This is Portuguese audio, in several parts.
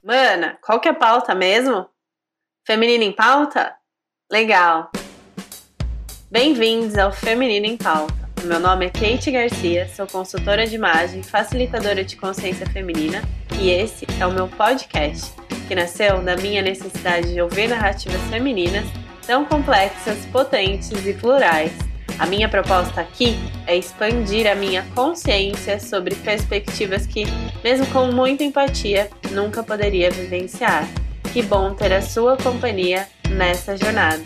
Mana, qual que é a pauta mesmo? Feminino em Pauta? Legal! Bem-vindos ao Feminino em Pauta. Meu nome é Kate Garcia, sou consultora de imagem, facilitadora de consciência feminina e esse é o meu podcast, que nasceu da minha necessidade de ouvir narrativas femininas tão complexas, potentes e plurais. A minha proposta aqui é expandir a minha consciência sobre perspectivas que, mesmo com muita empatia, nunca poderia vivenciar. Que bom ter a sua companhia nessa jornada.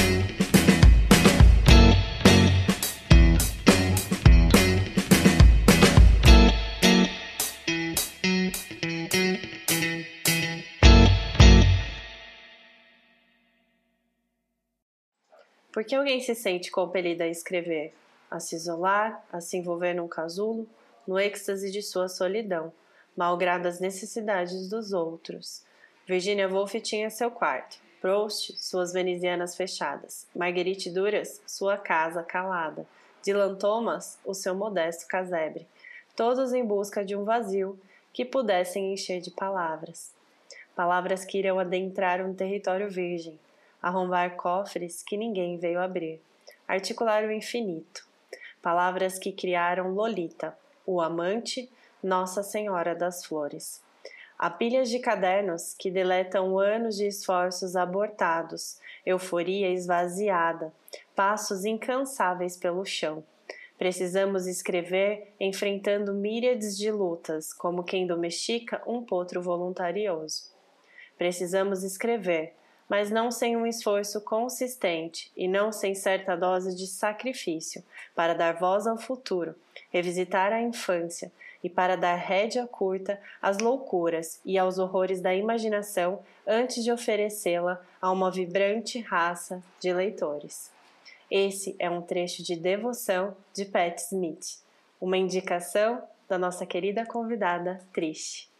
Por que alguém se sente compelida a escrever, a se isolar, a se envolver num casulo, no êxtase de sua solidão, malgrado as necessidades dos outros? Virginia Woolf tinha seu quarto, Proust, suas venezianas fechadas, Marguerite Duras, sua casa calada, Dylan Thomas, o seu modesto casebre, todos em busca de um vazio que pudessem encher de palavras. Palavras que irão adentrar um território virgem, arrombar cofres que ninguém veio abrir, articular o infinito. Palavras que criaram Lolita, o amante, Nossa Senhora das Flores. Há pilhas de cadernos que deletam anos de esforços abortados, euforia esvaziada, passos incansáveis pelo chão. Precisamos escrever enfrentando míriades de lutas, como quem domestica um potro voluntarioso. Precisamos escrever, mas não sem um esforço consistente e não sem certa dose de sacrifício, para dar voz ao futuro, revisitar a infância e para dar rédea curta às loucuras e aos horrores da imaginação antes de oferecê-la a uma vibrante raça de leitores. Esse é um trecho de Devoção de Pat Smith, uma indicação da nossa querida convidada Trish.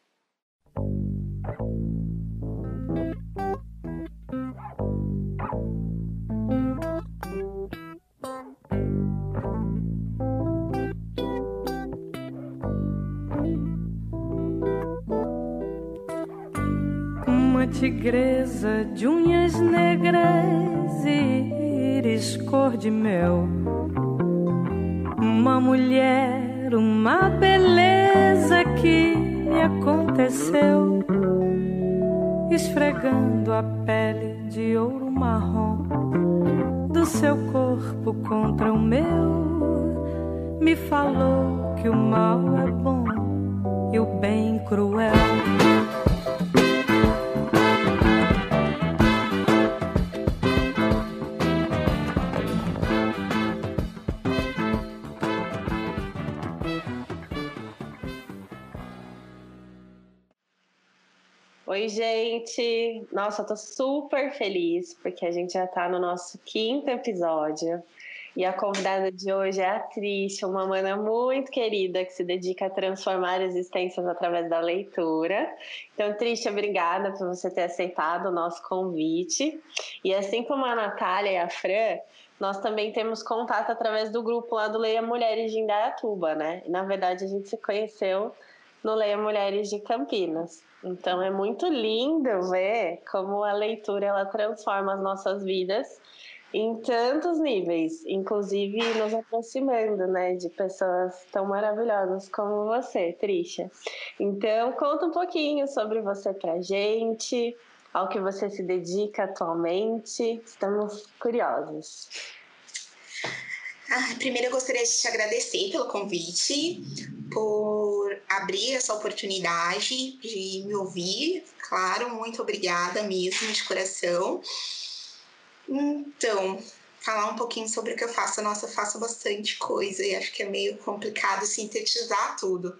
Uma tigresa de unhas negras e íris cor de mel, uma mulher, uma beleza que me aconteceu, esfregando a pele de ouro marrom do seu corpo contra o meu, me falou que o mal é bom e o bem cruel. Oi, gente! Nossa, eu tô super feliz porque a gente já tá no nosso 5º episódio e a convidada de hoje é a Trish, uma mana muito querida que se dedica a transformar existências através da leitura. Então, Trish, obrigada por você ter aceitado o nosso convite. E assim como a Natália e a Fran, nós também temos contato através do grupo lá do Leia Mulheres de Indaiatuba, né? E, na verdade, a gente se conheceu no Leia Mulheres de Campinas. Então é muito lindo ver como a leitura ela transforma as nossas vidas em tantos níveis, inclusive nos aproximando, né, de pessoas tão maravilhosas como você, Trisha. Então conta um pouquinho sobre você pra gente, ao que você se dedica atualmente. Estamos curiosos. Primeiro eu gostaria de te agradecer pelo convite, por abrir essa oportunidade de me ouvir. Claro, muito obrigada mesmo, de coração. Então, falar um pouquinho sobre o que eu faço. Nossa, eu faço bastante coisa e acho que é meio complicado sintetizar tudo.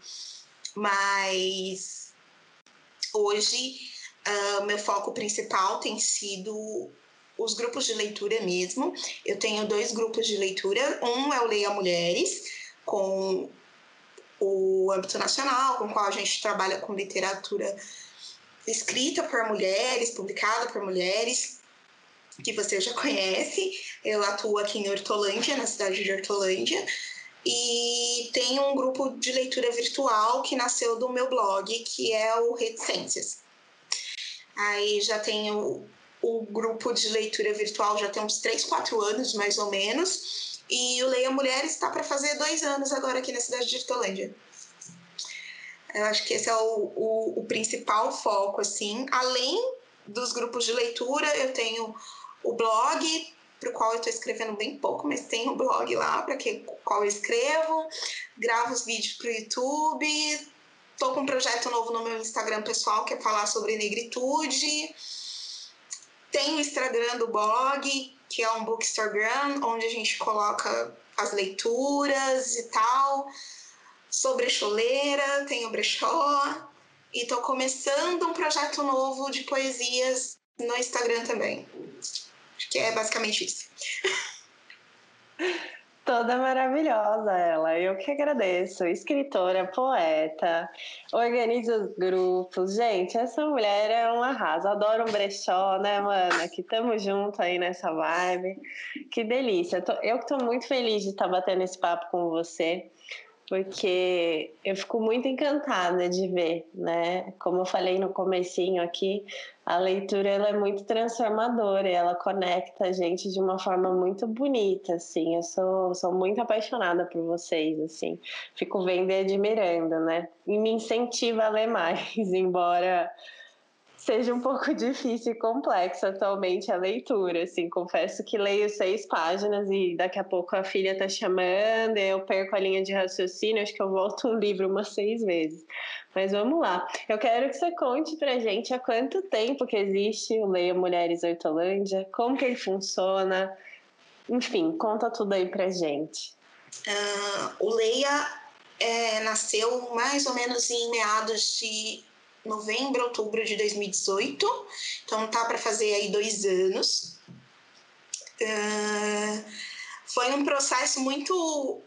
Mas hoje, meu foco principal tem sido os grupos de leitura mesmo. Eu tenho 2 grupos de leitura. Um é o Leia Mulheres, com o âmbito nacional, com o qual a gente trabalha com literatura escrita por mulheres, publicada por mulheres, que você já conhece. Eu atuo aqui em Hortolândia, na cidade de Hortolândia, e tem um grupo de leitura virtual que nasceu do meu blog, que é o Reticências. Aí já tenho o grupo de leitura virtual, já tem uns 3, 4 anos, mais ou menos, e o Leia Mulheres está para fazer 2 anos agora aqui na cidade de Hortolândia. Eu acho que esse é o principal foco, assim. Além dos grupos de leitura, eu tenho o blog, para o qual eu estou escrevendo bem pouco, mas tem o blog lá para qual eu escrevo, gravo os vídeos para o YouTube, estou com um projeto novo no meu Instagram pessoal, que é falar sobre negritude. Tem o Instagram do blog, que é um bookstagram, onde a gente coloca as leituras e tal. Sou brecholeira, tenho brechó e estou começando um projeto novo de poesias no Instagram também. Acho que é basicamente isso. Toda maravilhosa ela, eu que agradeço. Escritora, poeta, organiza os grupos. Gente, essa mulher é um arraso. Adoro um brechó, né, mana? Que tamo junto aí nessa vibe. Que delícia. Eu que tô muito feliz de estar batendo esse papo com você, porque eu fico muito encantada de ver, né? Como eu falei no comecinho aqui, a leitura ela é muito transformadora, ela conecta a gente de uma forma muito bonita, assim. Eu sou muito apaixonada por vocês, assim. Fico vendo e admirando, né? E me incentiva a ler mais, embora seja um pouco difícil e complexo atualmente a leitura, assim, confesso que leio 6 páginas e daqui a pouco a filha tá chamando, eu perco a linha de raciocínio, acho que eu volto um livro umas 6 vezes. Mas vamos lá, eu quero que você conte pra gente há quanto tempo que existe o Leia Mulheres Hortolândia, como que ele funciona, enfim, conta tudo aí pra gente. O Leia nasceu mais ou menos em meados de novembro, outubro de 2018, então tá para fazer aí 2 anos. Foi um processo muito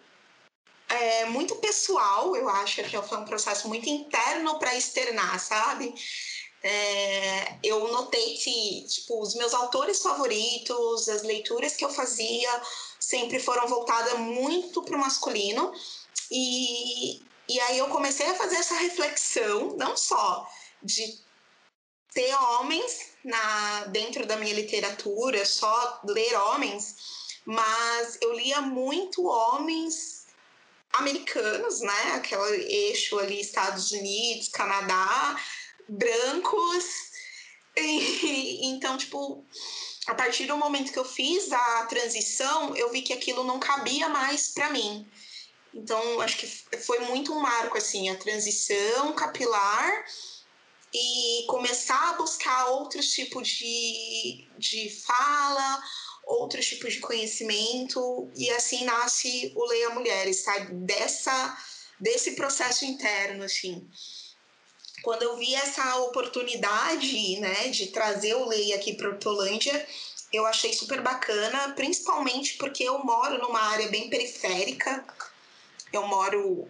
pessoal, eu acho que foi um processo muito interno para externar, sabe? Eu notei que tipo, os meus autores favoritos, as leituras que eu fazia sempre foram voltadas muito para o masculino, e aí eu comecei a fazer essa reflexão, não só de ter homens dentro da minha literatura, só ler homens, mas eu lia muito homens americanos, né? Aquele eixo ali, Estados Unidos, Canadá, brancos. Então, tipo, a partir do momento que eu fiz a transição, eu vi que aquilo não cabia mais para mim. Então, acho que foi muito um marco, assim, a transição capilar e começar a buscar outros tipos de fala, outros tipos de conhecimento, e assim nasce o Leia Mulheres, sabe? Desse processo interno, assim. Quando eu vi essa oportunidade, né, de trazer o Leia aqui para Hortolândia, eu achei super bacana, principalmente porque eu moro numa área bem periférica. Eu moro,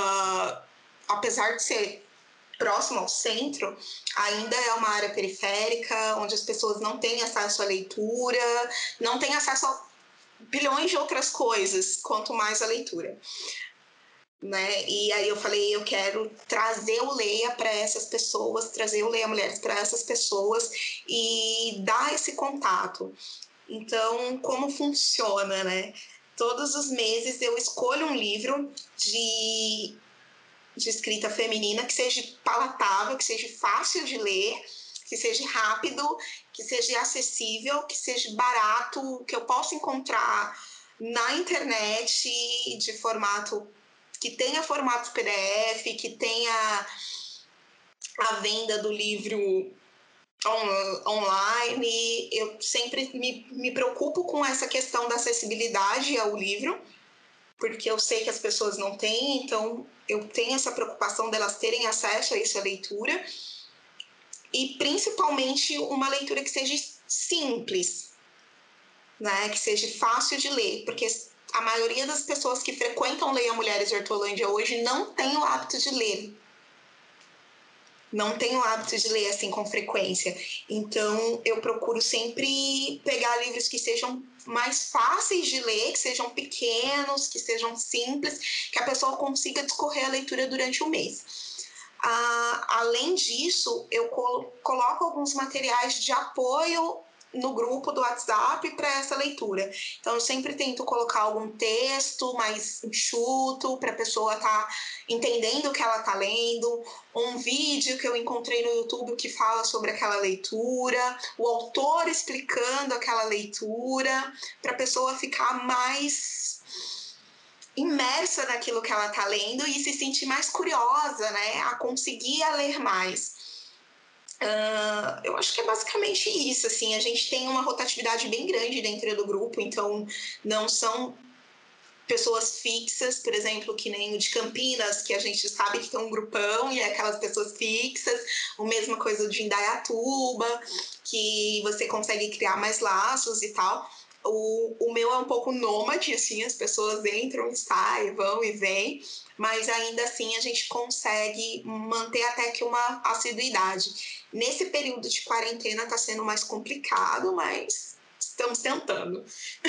apesar de ser próximo ao centro, ainda é uma área periférica, onde as pessoas não têm acesso à leitura, não têm acesso a bilhões de outras coisas, quanto mais a leitura. Né? E aí eu falei, eu quero trazer o Leia para essas pessoas, trazer o Leia Mulheres para essas pessoas e dar esse contato. Então, como funciona, né? Todos os meses eu escolho um livro de escrita feminina que seja palatável, que seja fácil de ler, que seja rápido, que seja acessível, que seja barato, que eu possa encontrar na internet de formato que tenha formato PDF, que tenha a venda do livro online. Eu sempre me preocupo com essa questão da acessibilidade ao livro, porque eu sei que as pessoas não têm, então eu tenho essa preocupação delas terem acesso a essa leitura, e principalmente uma leitura que seja simples, né? Que seja fácil de ler, porque a maioria das pessoas que frequentam Leia Mulheres Hortolândia hoje não tem o hábito de ler. não tenho o hábito de ler assim com frequência. Então, eu procuro sempre pegar livros que sejam mais fáceis de ler, que sejam pequenos, que sejam simples, que a pessoa consiga discorrer a leitura durante o mês. Além disso, eu coloco alguns materiais de apoio no grupo do WhatsApp para essa leitura. Então, eu sempre tento colocar algum texto mais enxuto para a pessoa estar entendendo o que ela está lendo, um vídeo que eu encontrei no YouTube que fala sobre aquela leitura, o autor explicando aquela leitura, para a pessoa ficar mais imersa naquilo que ela está lendo e se sentir mais curiosa, né, a conseguir ler mais. Eu acho que é basicamente isso, assim, a gente tem uma rotatividade bem grande dentro do grupo, então não são pessoas fixas, por exemplo, que nem o de Campinas, que a gente sabe que tem um grupão e é aquelas pessoas fixas, a mesma coisa de Indaiatuba, que você consegue criar mais laços e tal. O meu é um pouco nômade, assim, as pessoas entram e saem, vão e vêm, mas ainda assim a gente consegue manter até que uma assiduidade. Nesse período de quarentena está sendo mais complicado, mas estamos tentando.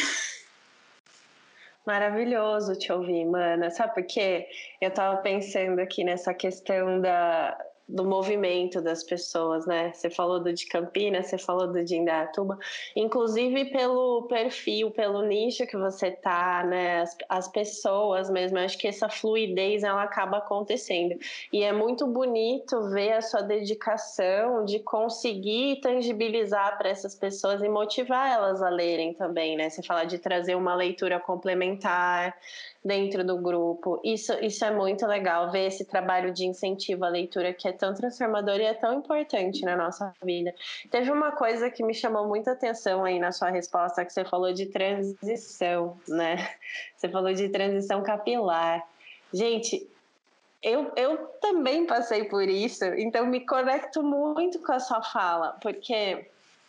Maravilhoso te ouvir, mana. Sabe por quê? Eu tava pensando aqui nessa questão do movimento das pessoas, né? Você falou do de Campinas, você falou do de Indaiatuba, inclusive pelo perfil, pelo nicho que você tá, né? As pessoas mesmo, eu acho que essa fluidez ela acaba acontecendo. E é muito bonito ver a sua dedicação de conseguir tangibilizar para essas pessoas e motivar elas a lerem também, né? Você fala de trazer uma leitura complementar dentro do grupo. Isso é muito legal, ver esse trabalho de incentivo à leitura que é tão transformador e é tão importante na nossa vida. Teve uma coisa que me chamou muita atenção aí na sua resposta, que você falou de transição, né? Você falou de transição capilar. Gente, eu também passei por isso, então me conecto muito com a sua fala, porque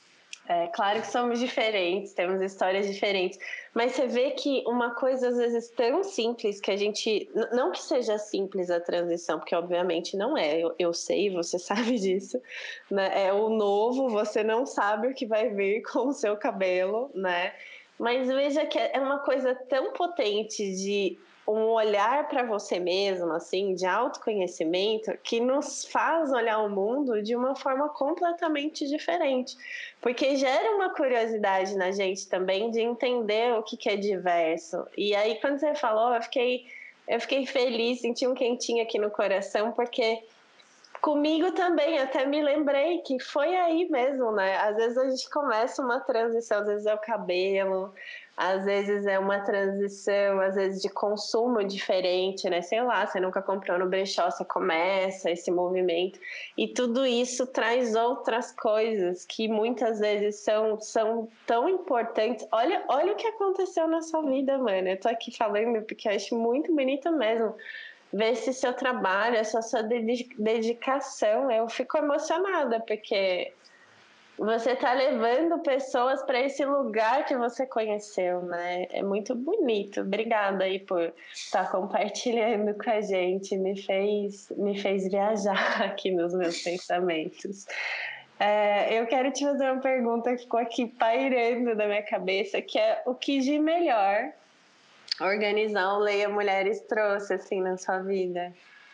é claro que somos diferentes, temos histórias diferentes, mas você vê que uma coisa às vezes tão simples que a gente, não que seja simples a transição, porque obviamente não é, eu sei, você sabe disso, né? É o novo, você não sabe o que vai vir com o seu cabelo, né? Mas veja que é uma coisa tão potente de um olhar para você mesmo, assim, de autoconhecimento, que nos faz olhar o mundo de uma forma completamente diferente. Porque gera uma curiosidade na gente também de entender o que é diverso. E aí, quando você falou, eu fiquei feliz, senti um quentinho aqui no coração, porque comigo também, até me lembrei que foi aí mesmo, né? Às vezes a gente começa uma transição, às vezes é o cabelo, às vezes é uma transição, às vezes de consumo diferente, né? Sei lá, você nunca comprou no brechó, você começa esse movimento. E tudo isso traz outras coisas que muitas vezes são tão importantes. Olha o que aconteceu na sua vida, mano. Eu tô aqui falando porque eu acho muito bonito mesmo ver esse seu trabalho, essa sua dedicação. Eu fico emocionada, porque você está levando pessoas para esse lugar que você conheceu, né? É muito bonito. Obrigada aí por estar compartilhando com a gente. Me fez viajar aqui nos meus pensamentos. Eu quero te fazer uma pergunta que ficou aqui pairando na minha cabeça, que é o que de melhor organizar o Leia Mulheres trouxe, assim, na sua vida?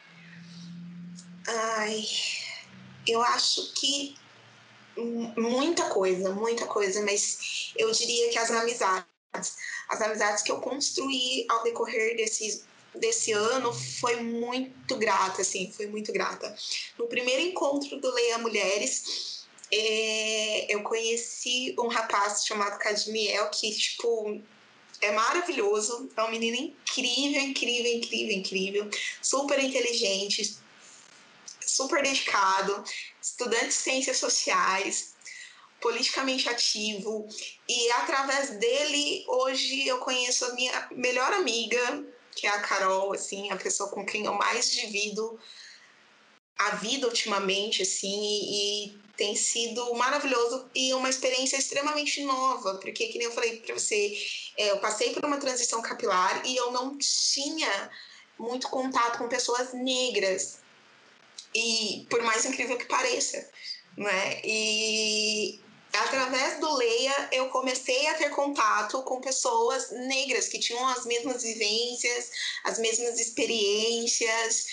Ai, eu acho que muita coisa, mas eu diria que as amizades que eu construí ao decorrer desse ano foi muito grata, assim, foi muito grata. No primeiro encontro do Leia Mulheres, eu conheci um rapaz chamado Cadmiel, que, tipo, é maravilhoso, é um menino incrível, super inteligente, super dedicado, estudante de ciências sociais, politicamente ativo, e através dele hoje eu conheço a minha melhor amiga, que é a Carol, assim, a pessoa com quem eu mais divido a vida ultimamente, assim, e tem sido maravilhoso e uma experiência extremamente nova, porque, que nem eu falei para você, eu passei por uma transição capilar e eu não tinha muito contato com pessoas negras. E por mais incrível que pareça, né? E através do Leia, eu comecei a ter contato com pessoas negras que tinham as mesmas vivências, as mesmas experiências,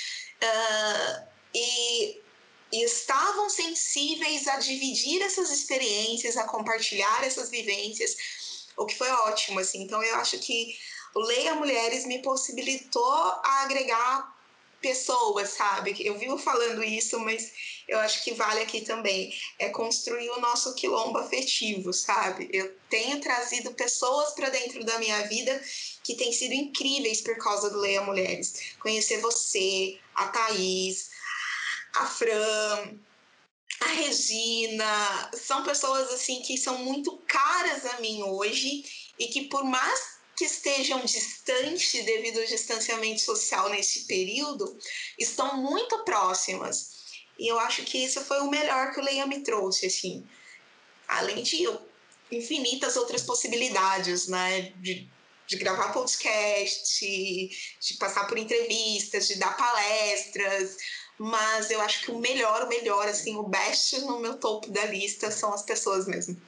e estavam sensíveis a dividir essas experiências, a compartilhar essas vivências, o que foi ótimo, assim. Então, eu acho que o Leia Mulheres me possibilitou a agregar pessoas, sabe? Eu vivo falando isso, mas eu acho que vale aqui também. É construir o nosso quilombo afetivo, sabe? Eu tenho trazido pessoas para dentro da minha vida que têm sido incríveis por causa do Leia Mulheres. Conhecer você, a Thaís, a Fran, a Regina, são pessoas assim que são muito caras a mim hoje e que por mais que estejam distantes devido ao distanciamento social nesse período, estão muito próximas. E eu acho que isso foi o melhor que o Leia me trouxe, assim. Além de infinitas outras possibilidades, né? De gravar podcast, de passar por entrevistas, de dar palestras, mas eu acho que o melhor, assim, o best no meu topo da lista são as pessoas mesmo.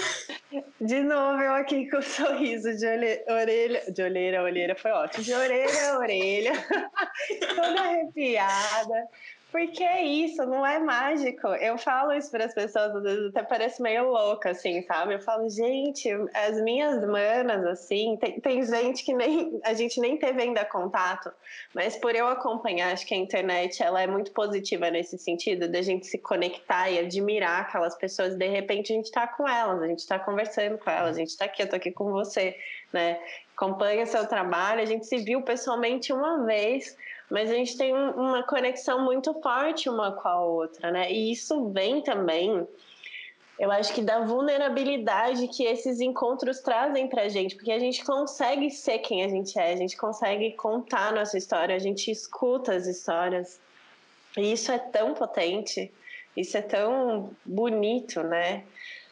De novo, eu aqui com o sorriso de orelha a orelha, foi ótimo, de orelha a orelha, toda arrepiada, porque é isso, não é mágico. Eu falo isso para as pessoas, às vezes até parece meio louca, assim, sabe? Eu falo, gente, as minhas manas, assim, tem gente que a gente nem teve ainda contato, mas por eu acompanhar, acho que a internet, ela é muito positiva nesse sentido, da gente se conectar e admirar aquelas pessoas, de repente a gente tá com elas, a gente tá conversando com elas, a gente tá aqui, eu tô aqui com você, né? Acompanha seu trabalho, a gente se viu pessoalmente uma vez, mas a gente tem uma conexão muito forte uma com a outra, né? E isso vem também, eu acho que da vulnerabilidade que esses encontros trazem pra gente, porque a gente consegue ser quem a gente consegue contar a nossa história, a gente escuta as histórias. E isso é tão potente, isso é tão bonito, né?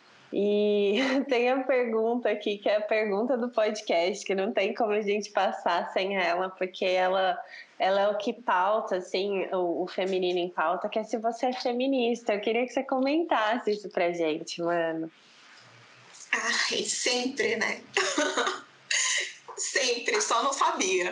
E tem a pergunta aqui, que é a pergunta do podcast, que não tem como a gente passar sem ela, porque ela é o que pauta, assim, o feminino em pauta, que é se você é feminista. Eu queria que você comentasse isso pra gente, mano. Ai, sempre, né? Sempre, só não sabia.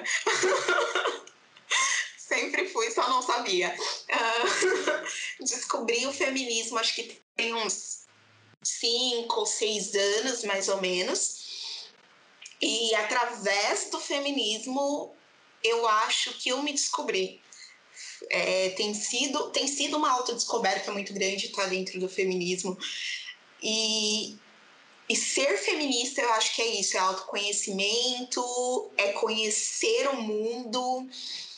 Sempre fui, só não sabia. Descobri o feminismo, acho que tem uns 5 ou 6 anos, mais ou menos. E através do feminismo, eu acho que eu me descobri. Tem sido uma autodescoberta muito grande estar dentro do feminismo. E ser feminista, eu acho que é isso, é autoconhecimento, é conhecer o mundo.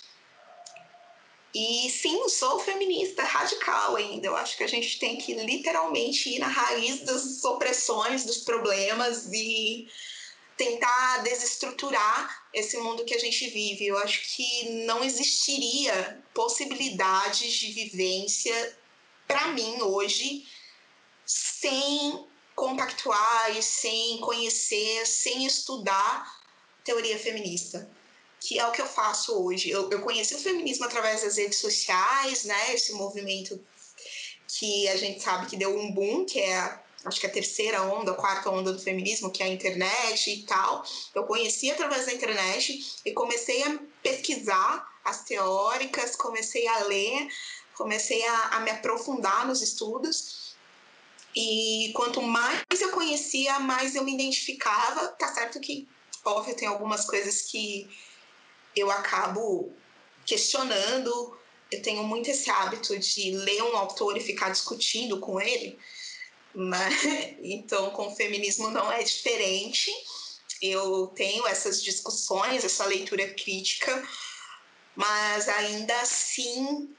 E sim, eu sou feminista radical ainda. Eu acho que a gente tem que literalmente ir na raiz das opressões, dos problemas e tentar desestruturar esse mundo que a gente vive. Eu acho que não existiria possibilidades de vivência para mim hoje sem compactuar e sem conhecer, sem estudar teoria feminista, que é o que eu faço hoje. Eu conheci o feminismo através das redes sociais, né? Esse movimento que a gente sabe que deu um boom, que é acho que a terceira onda, a quarta onda do feminismo, que é a internet e tal. Eu conheci através da internet e comecei a pesquisar as teóricas, comecei a ler, comecei a me aprofundar nos estudos. E quanto mais eu conhecia, mais eu me identificava. Tá certo que, óbvio, tem algumas coisas que eu acabo questionando. Eu tenho muito esse hábito de ler um autor e ficar discutindo com ele, né? Então, com o feminismo não é diferente. Eu tenho essas discussões, essa leitura crítica, mas ainda assim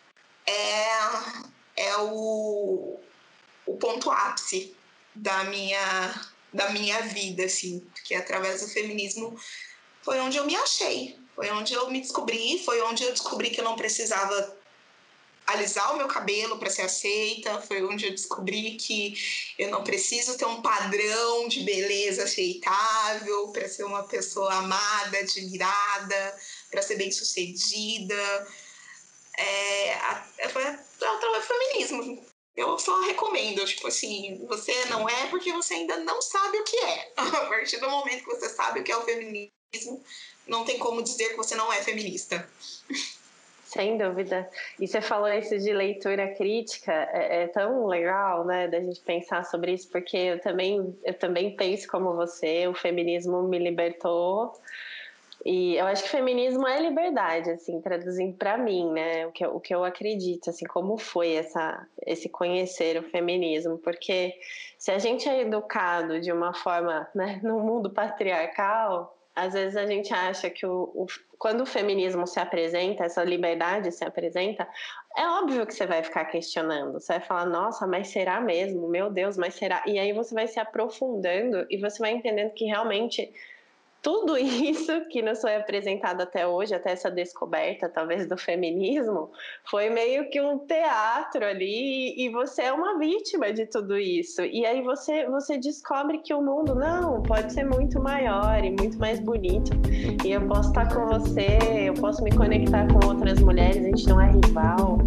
é o ponto ápice da minha vida, assim, porque através do feminismo foi onde eu me achei, foi onde eu me descobri, foi onde eu descobri que eu não precisava alisar o meu cabelo para ser aceita, foi onde eu descobri que eu não preciso ter um padrão de beleza aceitável para ser uma pessoa amada, admirada, para ser bem-sucedida. Foi feminismo. Eu só recomendo, tipo assim, você não é porque você ainda não sabe o que é. A partir do momento que você sabe o que é o feminismo, não tem como dizer que você não é feminista. Sem dúvida. E você falou isso de leitura crítica, é tão legal, né, da gente pensar sobre isso, porque eu também penso como você, o feminismo me libertou. E eu acho que feminismo é liberdade, assim, traduzindo para mim, né? O que eu acredito, assim, como foi esse conhecer o feminismo. Porque se a gente é educado de uma forma, né, no mundo patriarcal, às vezes a gente acha que quando o feminismo se apresenta, essa liberdade se apresenta, é óbvio que você vai ficar questionando. Você vai falar, nossa, mas será mesmo? Meu Deus, mas será? E aí você vai se aprofundando e você vai entendendo que realmente tudo isso que nos foi apresentado até hoje, até essa descoberta, talvez, do feminismo, foi meio que um teatro ali, e você é uma vítima de tudo isso. E aí você descobre que o mundo, não, pode ser muito maior e muito mais bonito. E eu posso estar com você, eu posso me conectar com outras mulheres, a gente não é rival.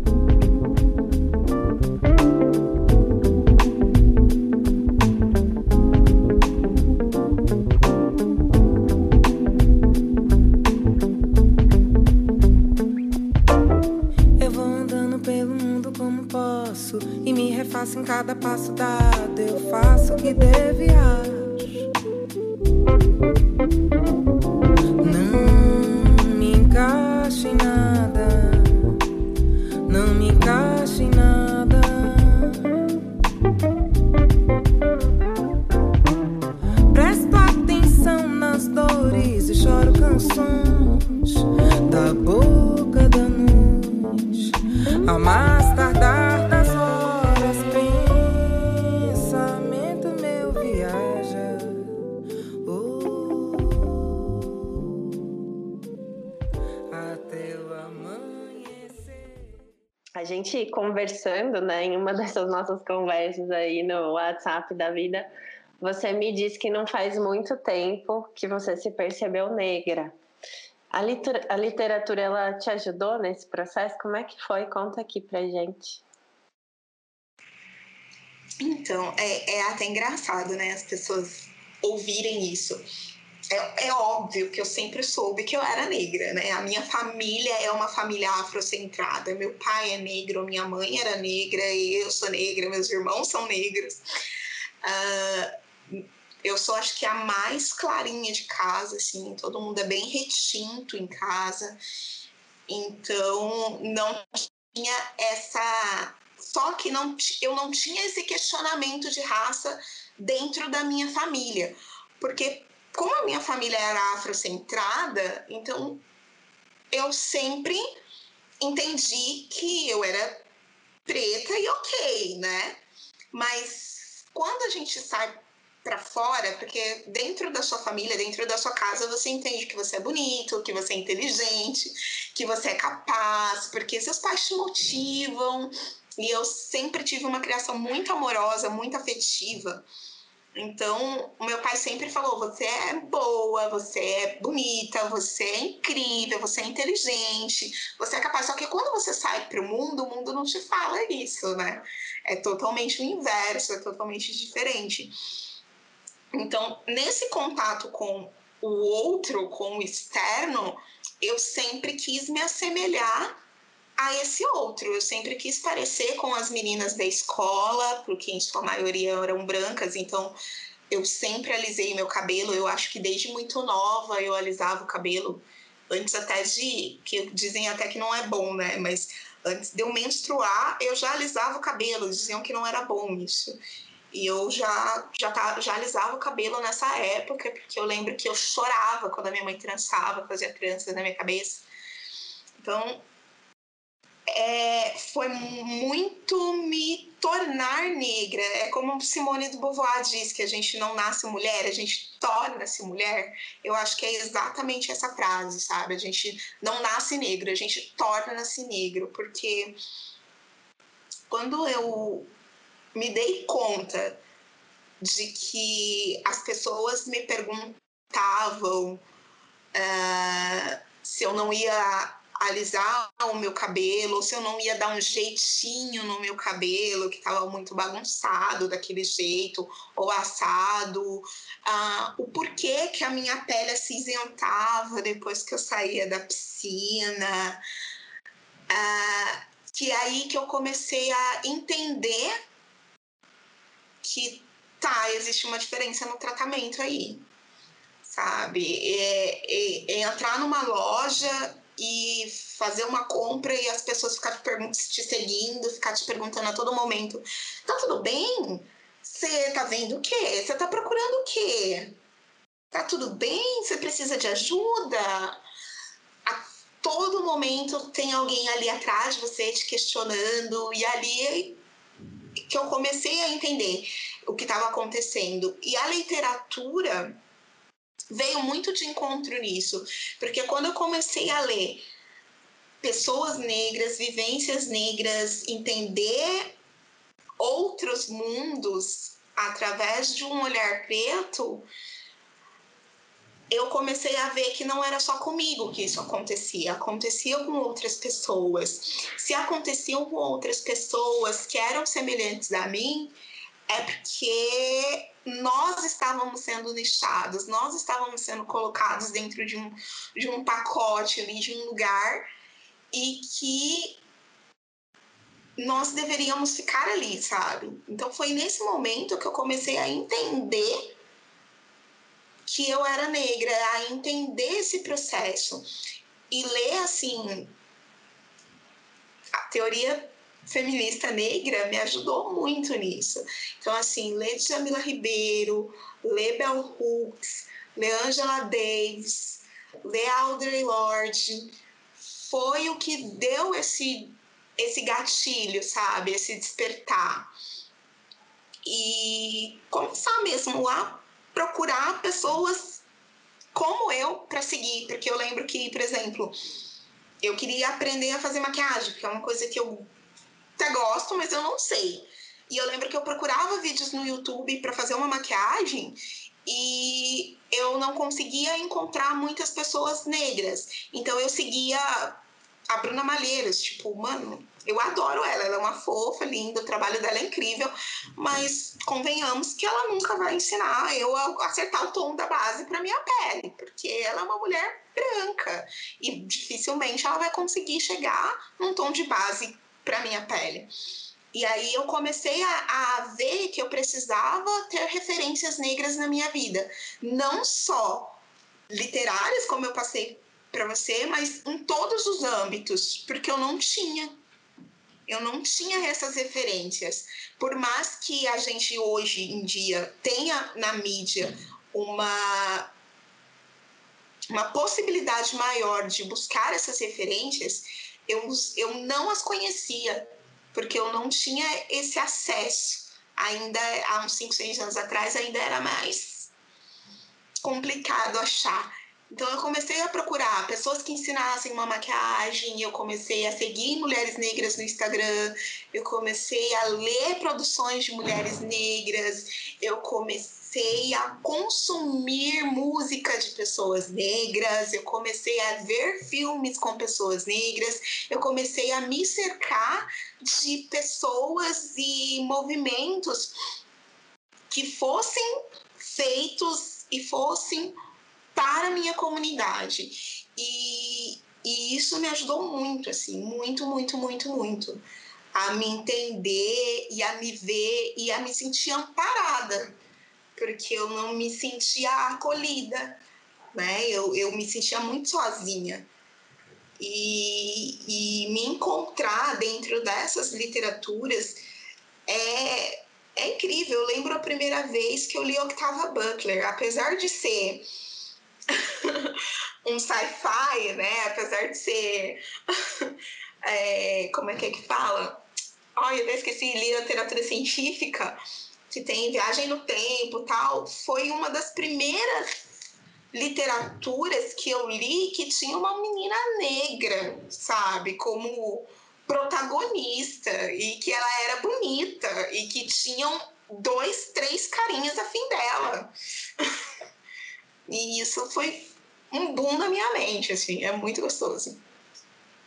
E me refaço em cada passo dado. Eu faço o que devo e acho. Não me encaixo em nada. Não me encaixo em nada. Presto atenção nas dores e choro canções da boca da noite. Ao mais tardar das horas, pensamento meu viaja. Até o amanhecer. A gente conversando, né, em uma dessas nossas conversas aí no WhatsApp da vida, você me disse que não faz muito tempo que você se percebeu negra. A literatura, ela te ajudou nesse processo? Como é que foi? Conta aqui pra gente. Então, é até engraçado, né, as pessoas ouvirem isso. É óbvio que eu sempre soube que eu era negra, né? A minha família é uma família afrocentrada. Meu pai é negro, minha mãe era negra, eu sou negra, meus irmãos são negros. Eu sou, acho que, a mais clarinha de casa, assim. Todo mundo é bem retinto em casa. Então, não tinha essa... Só que eu não tinha esse questionamento de raça dentro da minha família. Porque, como a minha família era afrocentrada, então eu sempre entendi que eu era preta e ok, né? Mas quando a gente sai para fora, porque dentro da sua família, dentro da sua casa, você entende que você é bonito, que você é inteligente, que você é capaz, porque seus pais te motivam. E eu sempre tive uma criação muito amorosa, muito afetiva. Então, o meu pai sempre falou, você é boa, você é bonita, você é incrível, você é inteligente, você é capaz. Só que quando você sai para o mundo não te fala isso, né? É totalmente o inverso, é totalmente diferente. Então, nesse contato com o outro, com o externo, eu sempre quis me assemelhar a esse outro. Eu sempre quis parecer com as meninas da escola, porque em sua maioria eram brancas, então eu sempre alisei meu cabelo. Eu acho que desde muito nova eu alisava o cabelo, antes até que dizem até que não é bom, né? Mas antes de eu menstruar, eu já alisava o cabelo, diziam que não era bom isso. E eu já alisava o cabelo nessa época, porque eu lembro que eu chorava quando a minha mãe trançava, fazia tranças na minha cabeça. Então, foi muito me tornar negra. É como Simone de Beauvoir diz, que a gente não nasce mulher, a gente torna-se mulher. Eu acho que é exatamente essa frase, sabe? A gente não nasce negro, a gente torna-se negro, porque quando eu me dei conta de que as pessoas me perguntavam se eu não ia alisar o meu cabelo, ou se eu não ia dar um jeitinho no meu cabelo, que estava muito bagunçado daquele jeito, ou assado, o porquê que a minha pele acinzentava depois que eu saía da piscina, que é aí que eu comecei a entender que existe uma diferença no tratamento aí, sabe? Entrar numa loja e fazer uma compra e as pessoas ficar te seguindo, ficar te perguntando a todo momento: tá tudo bem? Você tá vendo o quê? Você tá procurando o quê? Tá tudo bem? Você precisa de ajuda? A todo momento tem alguém ali atrás de você te questionando, e ali que eu comecei a entender o que estava acontecendo. E a literatura veio muito de encontro nisso, porque quando eu comecei a ler pessoas negras, vivências negras, entender outros mundos através de um olhar preto, eu comecei a ver que não era só comigo que isso acontecia com outras pessoas. Se aconteciam com outras pessoas que eram semelhantes a mim, é porque nós estávamos sendo nichados, nós estávamos sendo colocados dentro de um pacote ali, de um lugar, e que nós deveríamos ficar ali, sabe? Então foi nesse momento que eu comecei a entender que eu era negra, a entender esse processo e ler, assim, a teoria feminista negra me ajudou muito nisso. Então, assim, ler Djamila Ribeiro, ler Bell Hooks, ler Angela Davis, ler Audre Lorde, foi o que deu esse gatilho, sabe? Esse despertar. E começar mesmo a procurar pessoas como eu para seguir, porque eu lembro que, por exemplo, eu queria aprender a fazer maquiagem, porque é uma coisa que eu até gosto, mas eu não sei. E eu lembro que eu procurava vídeos no YouTube para fazer uma maquiagem e eu não conseguia encontrar muitas pessoas negras. Então eu seguia a Bruna Malheiros, tipo, mano, eu adoro ela é uma fofa, linda, o trabalho dela é incrível, mas convenhamos que ela nunca vai ensinar eu a acertar o tom da base para minha pele, porque ela é uma mulher branca e dificilmente ela vai conseguir chegar num tom de base para minha pele. E aí eu comecei a ver que eu precisava ter referências negras na minha vida, não só literárias, como eu passei para você, mas em todos os âmbitos, porque eu não tinha essas referências. Por mais que a gente hoje em dia tenha na mídia uma possibilidade maior de buscar essas referências, eu não as conhecia, porque eu não tinha esse acesso. Ainda há uns 5, 6 anos atrás, ainda era mais complicado achar. Então eu comecei a procurar pessoas que ensinassem uma maquiagem, eu comecei a seguir mulheres negras no Instagram, eu comecei a ler produções de mulheres negras, eu comecei a consumir música de pessoas negras, eu comecei a ver filmes com pessoas negras, eu comecei a me cercar de pessoas e movimentos que fossem feitos e fossem para a minha comunidade. E isso me ajudou muito, assim, muito, muito, muito, muito. A me entender e a me ver e a me sentir amparada, porque eu não me sentia acolhida, né? Eu me sentia muito sozinha. E me encontrar dentro dessas literaturas é incrível. Eu lembro a primeira vez que eu li Octavia Butler, apesar de ser um sci-fi, né? Apesar de ser como é que fala? Ai, eu até esqueci, literatura científica, que tem viagem no tempo e tal. Foi uma das primeiras literaturas que eu li que tinha uma menina negra, sabe? Como protagonista, e que ela era bonita e que tinham 2, 3 carinhas afim dela. E isso foi um boom na minha mente, assim, é muito gostoso.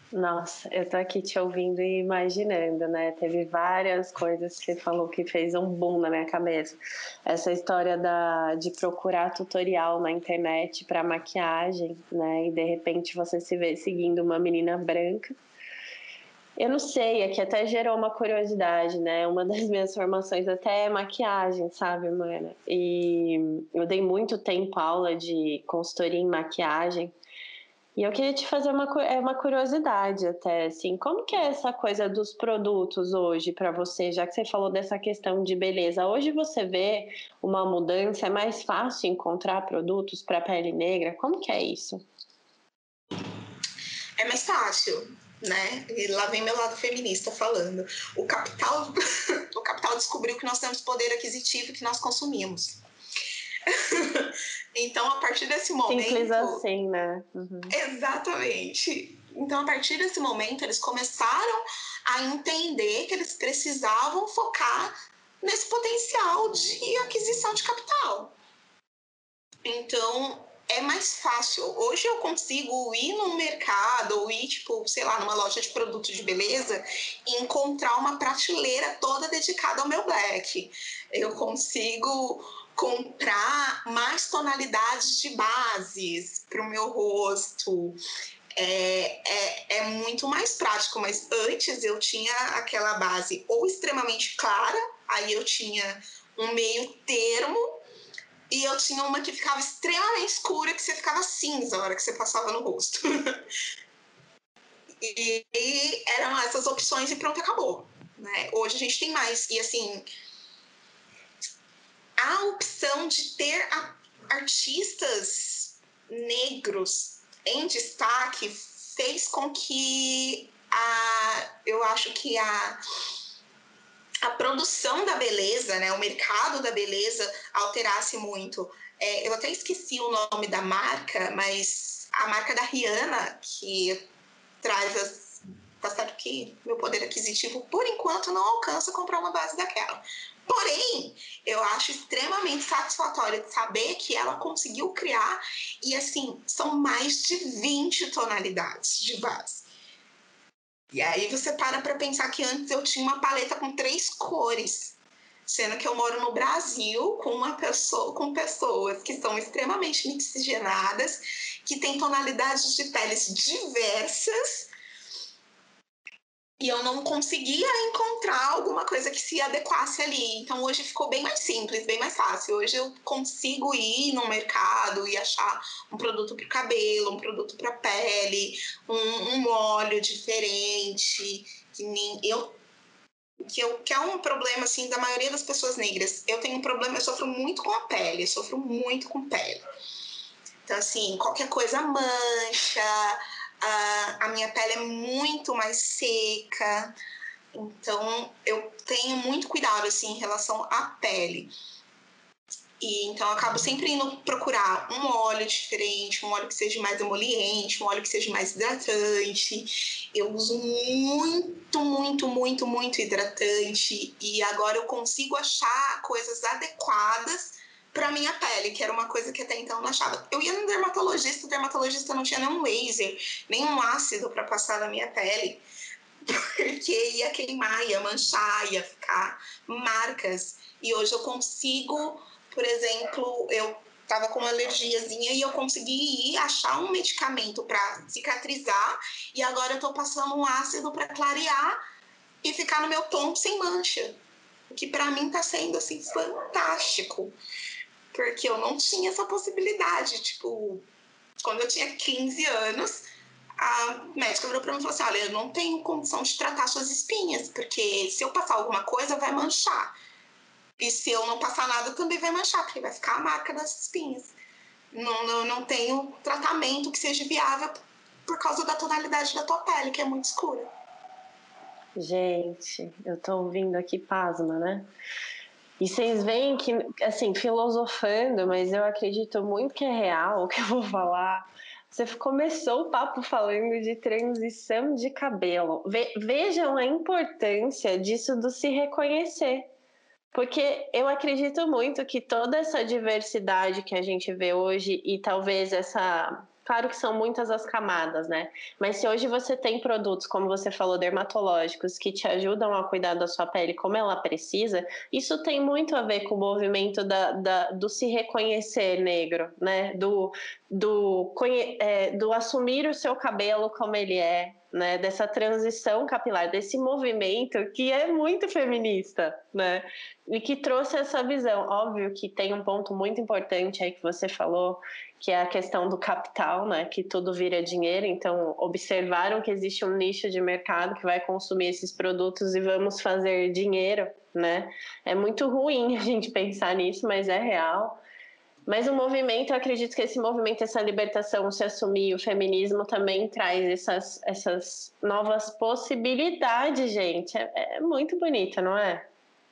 Nossa, eu tô aqui te ouvindo e imaginando, né? Teve várias coisas que você falou que fez um boom na minha cabeça. Essa história de procurar tutorial na internet para maquiagem, né? E de repente você se vê seguindo uma menina branca. Eu não sei, aqui até gerou uma curiosidade, né? Uma das minhas formações até é maquiagem, sabe, mana? E eu dei muito tempo aula de consultoria em maquiagem. E eu queria te fazer uma curiosidade até, assim, como que é essa coisa dos produtos hoje para você, já que você falou dessa questão de beleza? Hoje você vê uma mudança, é mais fácil encontrar produtos para pele negra? Como que é isso? É mais fácil, né? E lá vem meu lado feminista falando. O capital, o capital descobriu que nós temos poder aquisitivo que nós consumimos. Então, a partir desse momento... Simples assim, né? Uhum. Exatamente. Então, a partir desse momento, eles começaram a entender que eles precisavam focar nesse potencial de aquisição de capital. Então, é mais fácil. Hoje eu consigo ir num mercado ou ir, tipo, sei lá, numa loja de produtos de beleza e encontrar uma prateleira toda dedicada ao meu black. Eu consigo comprar mais tonalidades de bases para o meu rosto. É muito mais prático, mas antes eu tinha aquela base ou extremamente clara, aí eu tinha um meio termo, e eu tinha uma que ficava extremamente escura, que você ficava cinza na hora que você passava no rosto. e eram essas opções e pronto, acabou. Né? Hoje a gente tem mais. E assim, a opção de ter artistas negros em destaque fez com que eu acho que a produção da beleza, né, o mercado da beleza alterasse muito. Eu até esqueci o nome da marca, mas a marca da Rihanna, que traz tá certo que meu poder aquisitivo, por enquanto, não alcança comprar uma base daquela. Porém, eu acho extremamente satisfatório de saber que ela conseguiu criar, e assim, são mais de 20 tonalidades de base. E aí você para pensar que antes eu tinha uma paleta com 3 cores, sendo que eu moro no Brasil com pessoas que são extremamente miscigenadas, que têm tonalidades de peles diversas, e eu não conseguia encontrar alguma coisa que se adequasse ali. Então hoje ficou bem mais simples, bem mais fácil. Hoje eu consigo ir no mercado e achar um produto para o cabelo, um produto para a pele, um óleo diferente, que é um problema assim da maioria das pessoas negras. Eu tenho um problema, eu sofro muito com a pele, eu sofro muito com pele. Então assim, qualquer coisa mancha, a minha pele é muito mais seca, então eu tenho muito cuidado assim, em relação à pele. E então eu acabo sempre indo procurar um óleo diferente, um óleo que seja mais emoliente, um óleo que seja mais hidratante. Eu uso muito, muito, muito, muito hidratante, e agora eu consigo achar coisas adequadas para minha pele, que era uma coisa que até então eu não achava. Eu ia no dermatologista, o dermatologista não tinha nenhum laser, nenhum ácido para passar na minha pele, porque ia queimar, ia manchar, ia ficar marcas. E hoje eu consigo, por exemplo, eu estava com uma alergiazinha e eu consegui ir achar um medicamento para cicatrizar, e agora eu estou passando um ácido para clarear e ficar no meu tom sem mancha, o que para mim está sendo assim fantástico, porque eu não tinha essa possibilidade. Tipo, quando eu tinha 15 anos, a médica virou pra mim e falou assim: olha, eu não tenho condição de tratar suas espinhas, porque se eu passar alguma coisa vai manchar, e se eu não passar nada também vai manchar, porque vai ficar a marca das espinhas. Não tenho tratamento que seja viável por causa da tonalidade da tua pele, que é muito escura. Gente, eu tô ouvindo aqui pasma, né? E vocês veem que, assim, filosofando, mas eu acredito muito que é real o que eu vou falar. Você começou o papo falando de transição de cabelo. Vejam a importância disso do se reconhecer. Porque eu acredito muito que toda essa diversidade que a gente vê hoje, e talvez essa claro que são muitas as camadas, né? Mas se hoje você tem produtos, como você falou, dermatológicos, que te ajudam a cuidar da sua pele como ela precisa, isso tem muito a ver com o movimento do se reconhecer negro, né? Do assumir o seu cabelo como ele é, né, dessa transição capilar, desse movimento que é muito feminista, né, e que trouxe essa visão. Óbvio que tem um ponto muito importante aí que você falou, que é a questão do capital, né, que tudo vira dinheiro. Então observaram que existe um nicho de mercado que vai consumir esses produtos e vamos fazer dinheiro, né. É muito ruim a gente pensar nisso, mas é real. Mas o movimento, eu acredito que esse movimento, essa libertação, se assumir, o feminismo também traz essas novas possibilidades, gente. É muito bonita, não é?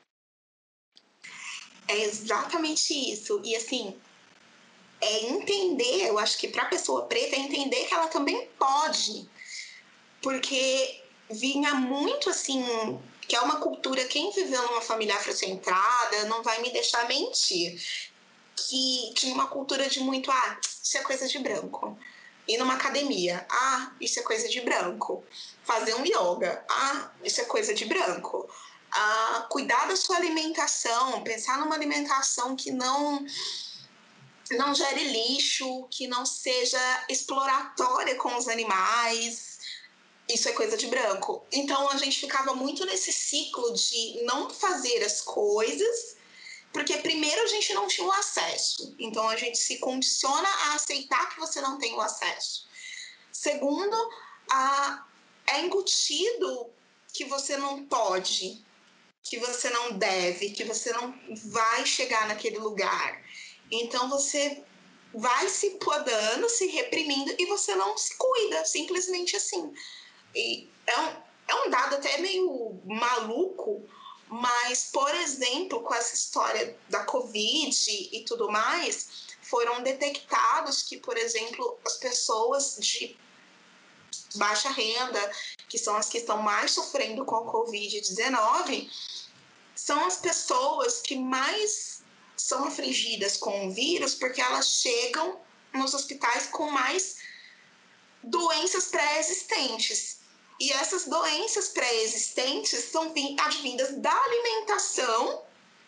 É exatamente isso. E assim, é entender, eu acho que para a pessoa preta é entender que ela também pode. Porque vinha muito assim, que é uma cultura, quem viveu numa família afrocentrada não vai me deixar mentir, que tinha uma cultura de muito, isso é coisa de branco. Ir numa academia, isso é coisa de branco. Fazer um yoga, isso é coisa de branco. Cuidar da sua alimentação, pensar numa alimentação que não gere lixo, que não seja exploratória com os animais, isso é coisa de branco. Então a gente ficava muito nesse ciclo de não fazer as coisas, porque primeiro a gente não tinha o acesso. Então a gente se condiciona a aceitar que você não tem o acesso. Segundo, é incutido que você não pode, que você não deve, que você não vai chegar naquele lugar. Então você vai se podando, se reprimindo e você não se cuida, simplesmente assim. E é um dado até meio maluco, mas, por exemplo, com essa história da Covid e tudo mais, foram detectados que, por exemplo, as pessoas de baixa renda, que são as que estão mais sofrendo com a Covid-19, são as pessoas que mais são afligidas com o vírus, porque elas chegam nos hospitais com mais doenças pré-existentes. E essas doenças pré-existentes são advindas da alimentação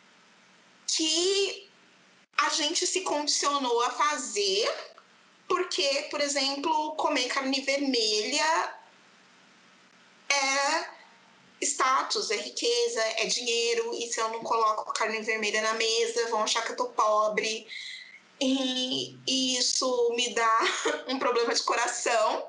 que a gente se condicionou a fazer, porque, por exemplo, comer carne vermelha é status, é riqueza, é dinheiro, e se eu não coloco carne vermelha na mesa, vão achar que eu tô pobre, e isso me dá um problema de coração,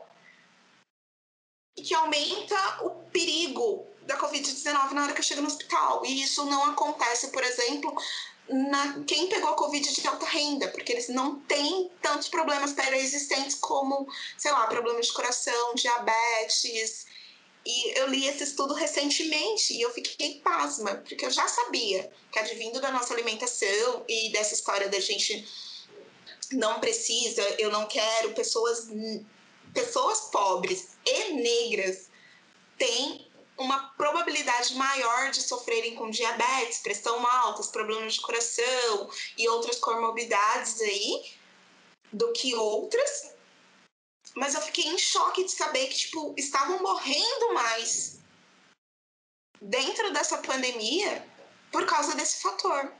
e que aumenta o perigo da Covid-19 na hora que eu chego no hospital. E isso não acontece, por exemplo, quem pegou a Covid de alta renda, porque eles não têm tantos problemas pré-existentes como, sei lá, problemas de coração, diabetes. E eu li esse estudo recentemente e eu fiquei pasma, porque eu já sabia que advindo da nossa alimentação e dessa história da gente não precisa, eu não quero, pessoas pobres e negras têm uma probabilidade maior de sofrerem com diabetes, pressão alta, problemas de coração e outras comorbidades aí do que outras. Mas eu fiquei em choque de saber que, tipo, estavam morrendo mais dentro dessa pandemia por causa desse fator.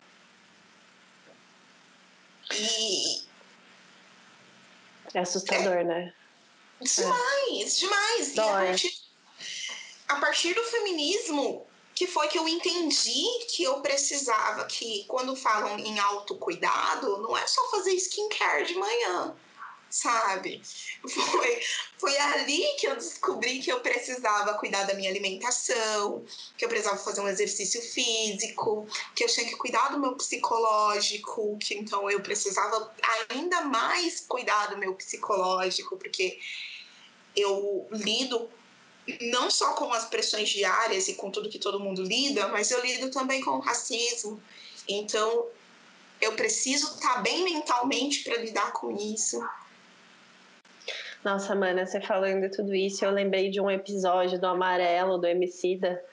E é assustador, né? Demais. E a partir do feminismo, que foi que eu entendi que eu precisava, que quando falam em autocuidado, não é só fazer skincare de manhã, sabe? Foi ali que eu descobri que eu precisava cuidar da minha alimentação, que eu precisava fazer um exercício físico, que eu tinha que cuidar do meu psicológico, que então eu precisava ainda mais cuidar do meu psicológico, porque eu lido não só com as pressões diárias e com tudo que todo mundo lida, mas eu lido também com o racismo. Então, eu preciso estar bem mentalmente para lidar com isso. Nossa, mana, você falando tudo isso, eu lembrei de um episódio do Amarelo, do Emicida,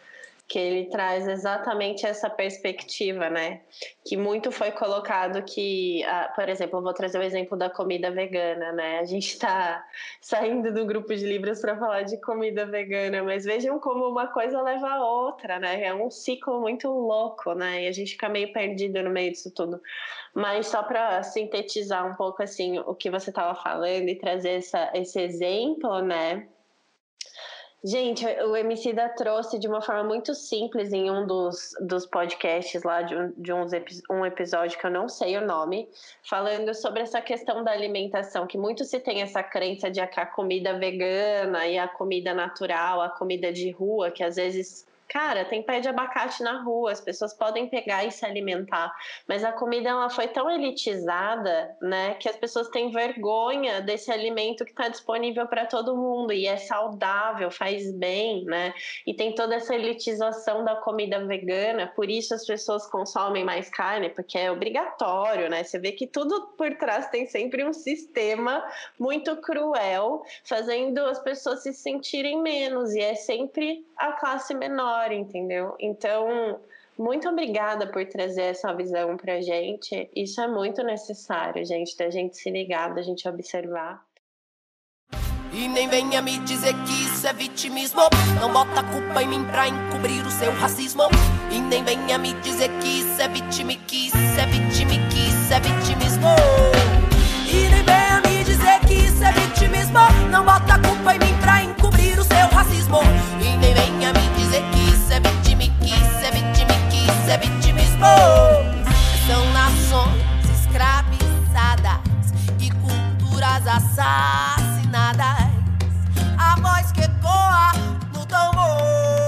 que ele traz exatamente essa perspectiva, né? Que muito foi colocado que, por exemplo, eu vou trazer o exemplo da comida vegana, né? A gente está saindo do grupo de livros para falar de comida vegana, mas vejam como uma coisa leva a outra, né? É um ciclo muito louco, né? E a gente fica meio perdido no meio disso tudo. Mas só para sintetizar um pouco assim o que você estava falando e trazer esse exemplo, né? Gente, o Emicida trouxe de uma forma muito simples em um dos podcasts lá, um episódio que eu não sei o nome, falando sobre essa questão da alimentação, que muito se tem essa crença de que a comida vegana e a comida natural, a comida de rua, que às vezes... Cara, tem pé de abacate na rua, as pessoas podem pegar e se alimentar, mas a comida ela foi tão elitizada, né, que as pessoas têm vergonha desse alimento que está disponível para todo mundo e é saudável, faz bem, né? E tem toda essa elitização da comida vegana, por isso as pessoas consomem mais carne, porque é obrigatório, né? Você vê que tudo por trás tem sempre um sistema muito cruel, fazendo as pessoas se sentirem menos, e é sempre a classe menor, entendeu? Então, muito obrigada por trazer essa visão pra gente. Isso é muito necessário, gente, da gente se ligar, da gente observar. E nem venha me dizer que isso é vitimismo. Não bota a culpa em mim pra encobrir o seu racismo. E nem venha me dizer que isso é vitimiquice, é vitimismo. E nem venha me dizer que isso é vitimismo. Não bota a culpa em mim pra encobrir o seu racismo. E nem venha me dizer que isso é vitimiquice, é vitimismo. São nações escravizadas e culturas assassinadas. A voz que ecoa no tambor.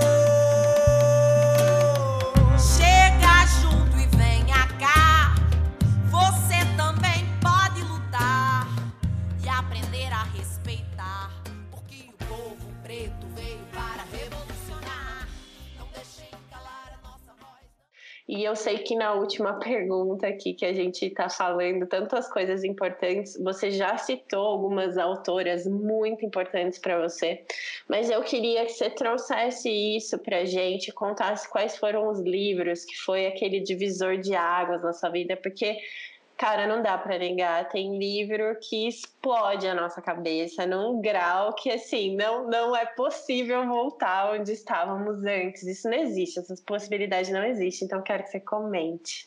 Chega junto e venha cá. Você também pode lutar e aprender a respeitar, porque o povo preto veio para revolucionar. Não deixem calar a nossa voz. E eu sei que na última pergunta aqui que a gente está falando tantas coisas importantes, você já citou algumas autoras muito importantes para você, mas eu queria que você trouxesse isso para a gente, contasse quais foram os livros que foi aquele divisor de águas na sua vida, porque... Cara, não dá pra negar, tem livro que explode a nossa cabeça num grau que, assim, não é possível voltar onde estávamos antes. Isso não existe, essa possibilidade não existe, então quero que você comente.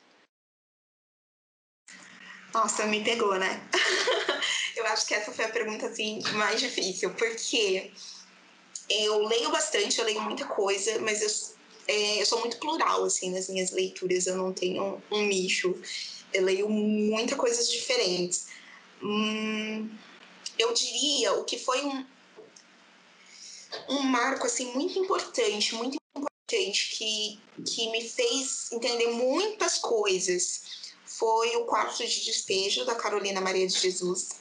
Nossa, me pegou, né? Eu acho que essa foi a pergunta, assim, mais difícil, porque eu leio bastante, eu leio muita coisa, mas eu sou muito plural, assim, nas minhas leituras, eu não tenho um nicho. Eu leio muitas coisas diferentes. Eu diria o que foi um marco assim, muito importante, que me fez entender muitas coisas. Foi o Quarto de Despejo, da Carolina Maria de Jesus.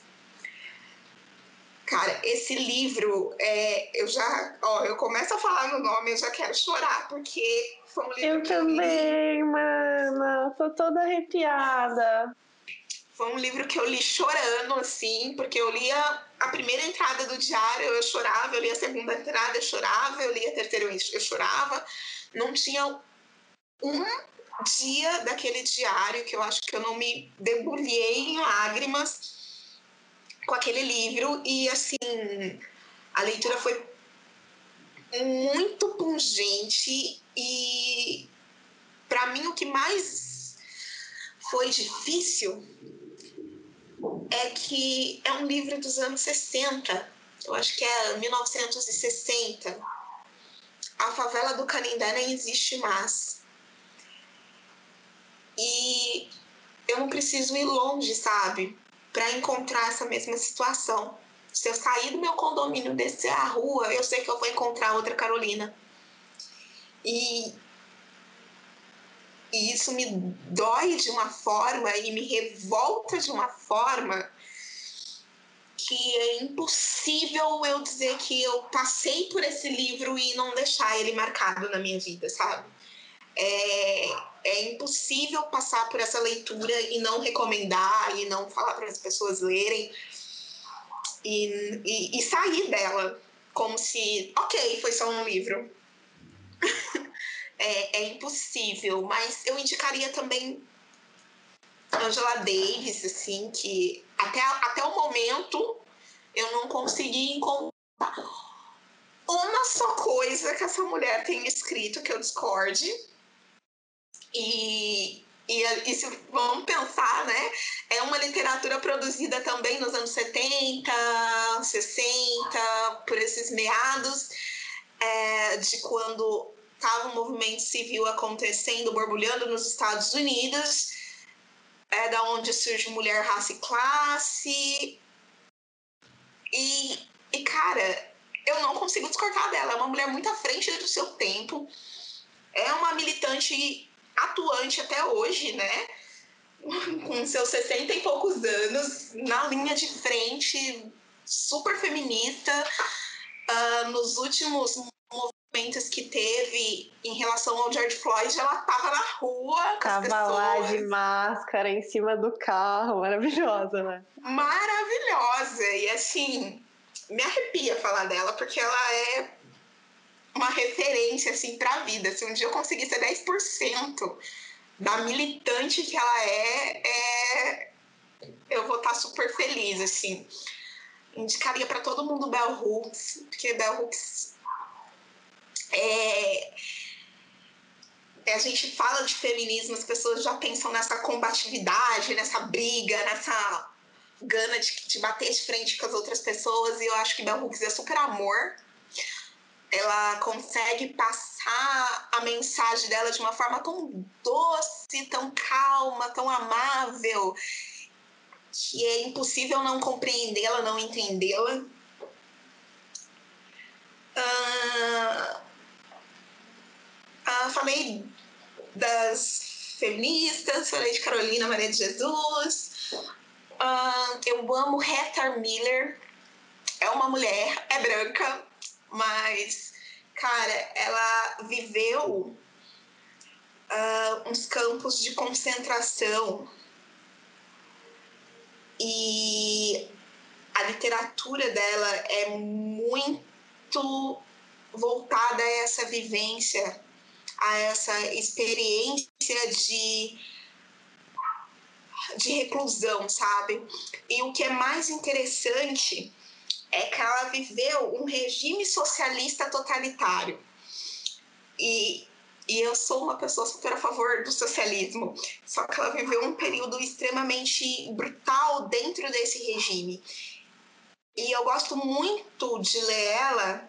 Cara, esse livro, eu começo a falar no nome, eu já quero chorar, porque foi um livro que eu li. Eu também, mana, tô toda arrepiada. Foi um livro que eu li chorando, assim, porque eu lia a primeira entrada do diário, eu chorava, eu lia a segunda entrada, eu chorava, eu lia a terceira, eu chorava. Não tinha um dia daquele diário que eu acho que eu não me debulhei em lágrimas com aquele livro. E, assim, a leitura foi muito pungente e, para mim, o que mais foi difícil é que é um livro dos anos 60, eu acho que é 1960. A favela do Canindé nem existe mais. E eu não preciso ir longe, sabe? Para encontrar essa mesma situação. Se eu sair do meu condomínio, descer a rua, eu sei que eu vou encontrar outra Carolina. E isso me dói de uma forma e me revolta de uma forma que é impossível eu dizer que eu passei por esse livro e não deixar ele marcado na minha vida, sabe? É impossível passar por essa leitura e não recomendar e não falar para as pessoas lerem e sair dela como se, ok, foi só um livro. é impossível, mas eu indicaria também Angela Davis, assim, que até o momento eu não consegui encontrar uma só coisa que essa mulher tem escrito que eu discorde. E se vamos pensar, né? É uma literatura produzida também nos anos 70, 60, por esses meados de quando estava um movimento civil acontecendo, borbulhando nos Estados Unidos, da onde surge mulher, raça e classe. E, cara, eu não consigo discordar dela. É uma mulher muito à frente do seu tempo. É uma militante atuante até hoje, né? Com seus 60 e poucos anos, na linha de frente, super feminista. Nos últimos movimentos que teve em relação ao George Floyd, ela tava na rua com as pessoas. Tava lá de máscara, em cima do carro, maravilhosa, né? Maravilhosa, e assim, me arrepia falar dela, porque ela é uma referência, assim, pra vida. Se um dia eu conseguir ser 10% da militante que ela eu vou estar super feliz, assim. Indicaria para todo mundo Bell Hooks, porque Bell Hooks a gente fala de feminismo, as pessoas já pensam nessa combatividade, nessa briga, nessa gana de bater de frente com as outras pessoas, e eu acho que Bell Hooks é super amor. Ela consegue passar a mensagem dela de uma forma tão doce, tão calma, tão amável, que é impossível não compreendê-la, não entendê-la. Falei das feministas, falei de Carolina Maria de Jesus. Eu amo Heather Miller. É uma mulher, é branca, mas, cara, ela viveu uns campos de concentração e a literatura dela é muito voltada a essa vivência, a essa experiência de reclusão, sabe? E o que é mais interessante é que ela viveu um regime socialista totalitário. E eu sou uma pessoa super a favor do socialismo, só que ela viveu um período extremamente brutal dentro desse regime. E eu gosto muito de ler ela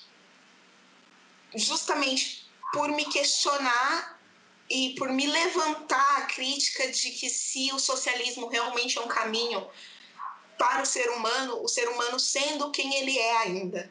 justamente por me questionar e por me levantar a crítica de que se o socialismo realmente é um caminho para o ser humano sendo quem ele é ainda.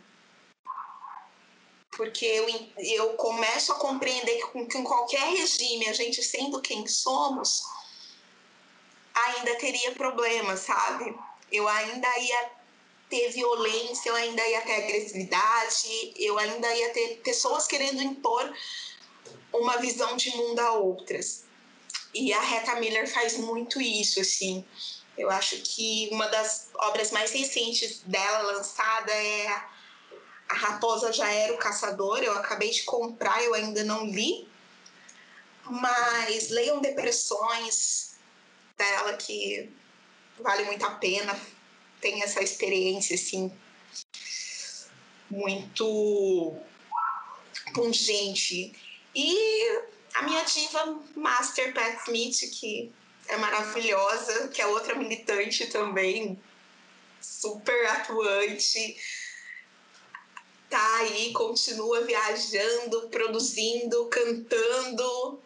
Porque eu começo a compreender que em qualquer regime, a gente sendo quem somos, ainda teria problemas, sabe? Eu ainda ia ter violência, eu ainda ia ter agressividade, eu ainda ia ter pessoas querendo impor uma visão de mundo a outras. E a Heather Miller faz muito isso, assim. Eu acho que uma das obras mais recentes dela lançada é A Raposa Já Era o Caçador. Eu acabei de comprar, eu ainda não li. Mas leiam Depressões dela, que vale muito a pena. Tem essa experiência, assim, muito pungente. E a minha diva master, Pat Smith, que é maravilhosa, que é outra militante também, super atuante, tá aí, continua viajando, produzindo, cantando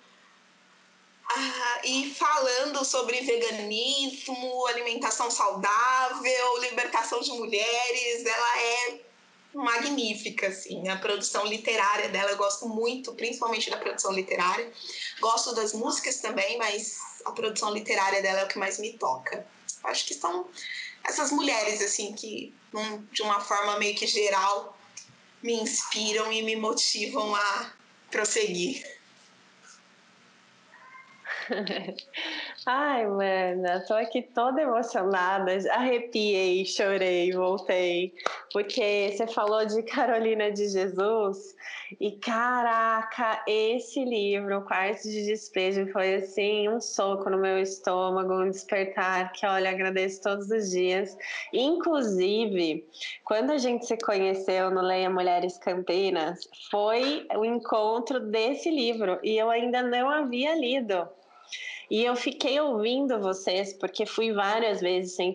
e falando sobre veganismo, alimentação saudável, libertação de mulheres. Ela é magnífica, assim. A produção literária dela eu gosto muito, principalmente da produção literária. Gosto das músicas também, mas a produção literária dela é o que mais me toca. Acho que são essas mulheres, assim, que de uma forma meio que geral me inspiram e me motivam a prosseguir. Ai, mana, tô aqui toda emocionada, arrepiei, chorei, voltei, porque você falou de Carolina de Jesus e caraca, esse livro, Quarto de Despejo, foi assim um soco no meu estômago, um despertar que, olha, agradeço todos os dias. Inclusive, quando a gente se conheceu no Leia Mulheres Campinas, foi o encontro desse livro e eu ainda não havia lido. E eu fiquei ouvindo vocês, porque fui várias vezes sem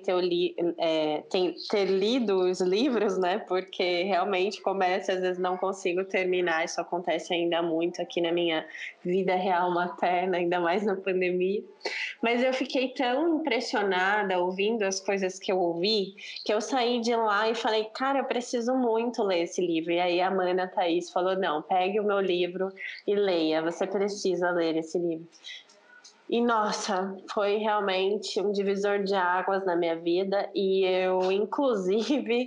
ter lido os livros, né? Porque realmente começo, às vezes não consigo terminar. Isso acontece ainda muito aqui na minha vida real materna, ainda mais na pandemia. Mas eu fiquei tão impressionada ouvindo as coisas que eu ouvi, que eu saí de lá e falei, cara, eu preciso muito ler esse livro. E aí a Mana Thaís falou, não, pegue o meu livro e leia, você precisa ler esse livro. E nossa, foi realmente um divisor de águas na minha vida e eu, inclusive,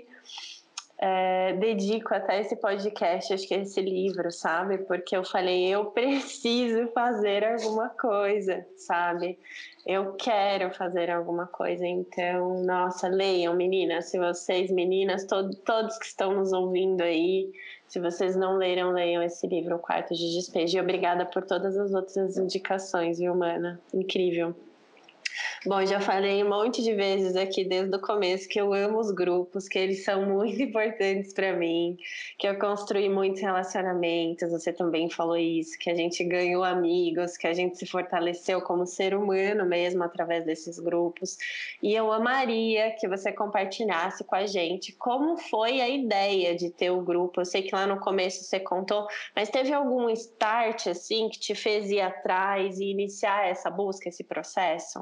dedico até esse podcast, acho que é esse livro, sabe? Porque eu falei, eu preciso fazer alguma coisa, sabe? Eu quero fazer alguma coisa. Então, nossa, leiam, meninas, se vocês, meninas, todos que estão nos ouvindo aí, se vocês não leram, leiam esse livro, O Quarto de Despejo. E obrigada por todas as outras indicações, viu, Mana? Incrível. Bom, já falei um monte de vezes aqui desde o começo que eu amo os grupos, que eles são muito importantes para mim, que eu construí muitos relacionamentos, você também falou isso, que a gente ganhou amigos, que a gente se fortaleceu como ser humano mesmo através desses grupos. E eu amaria que você compartilhasse com a gente como foi a ideia de ter o grupo. Eu sei que lá no começo você contou, mas teve algum start assim que te fez ir atrás e iniciar essa busca, esse processo?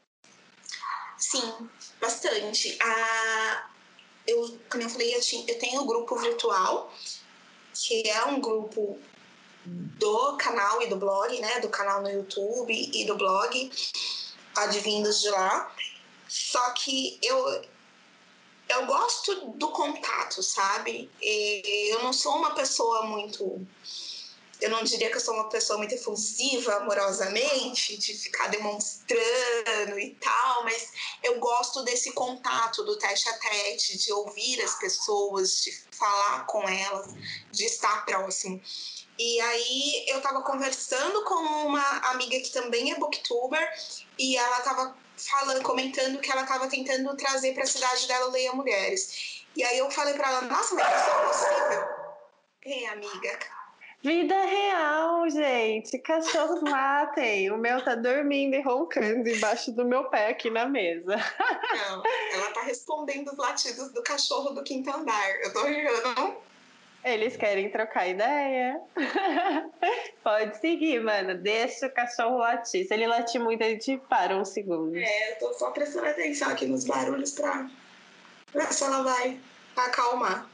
Sim, bastante. Como eu falei, eu tenho um grupo virtual, que é um grupo do canal e do blog, né? Do canal no YouTube e do blog, advindos de lá. Só que eu gosto do contato, sabe? Eu não sou uma pessoa muito... Eu não diria que eu sou uma pessoa muito efusiva amorosamente, de ficar demonstrando e tal, mas eu gosto desse contato, do tete a tete, de ouvir as pessoas, de falar com elas, de estar próximo. E aí eu tava conversando com uma amiga que também é booktuber e ela tava comentando que ela tava tentando trazer pra cidade dela Leia Mulheres. E aí eu falei pra ela, nossa, mas isso é possível? Ei, amiga... Vida real, gente. Cachorros latem. O meu tá dormindo e roncando embaixo do meu pé aqui na mesa. Não, ela tá respondendo os latidos do cachorro do quinto andar. Eu tô rindo. Eles querem trocar ideia. Pode seguir, mano. Deixa o cachorro latir. Se ele latir muito, a gente para um segundo. Eu tô só prestando atenção aqui nos barulhos pra ver se ela vai acalmar.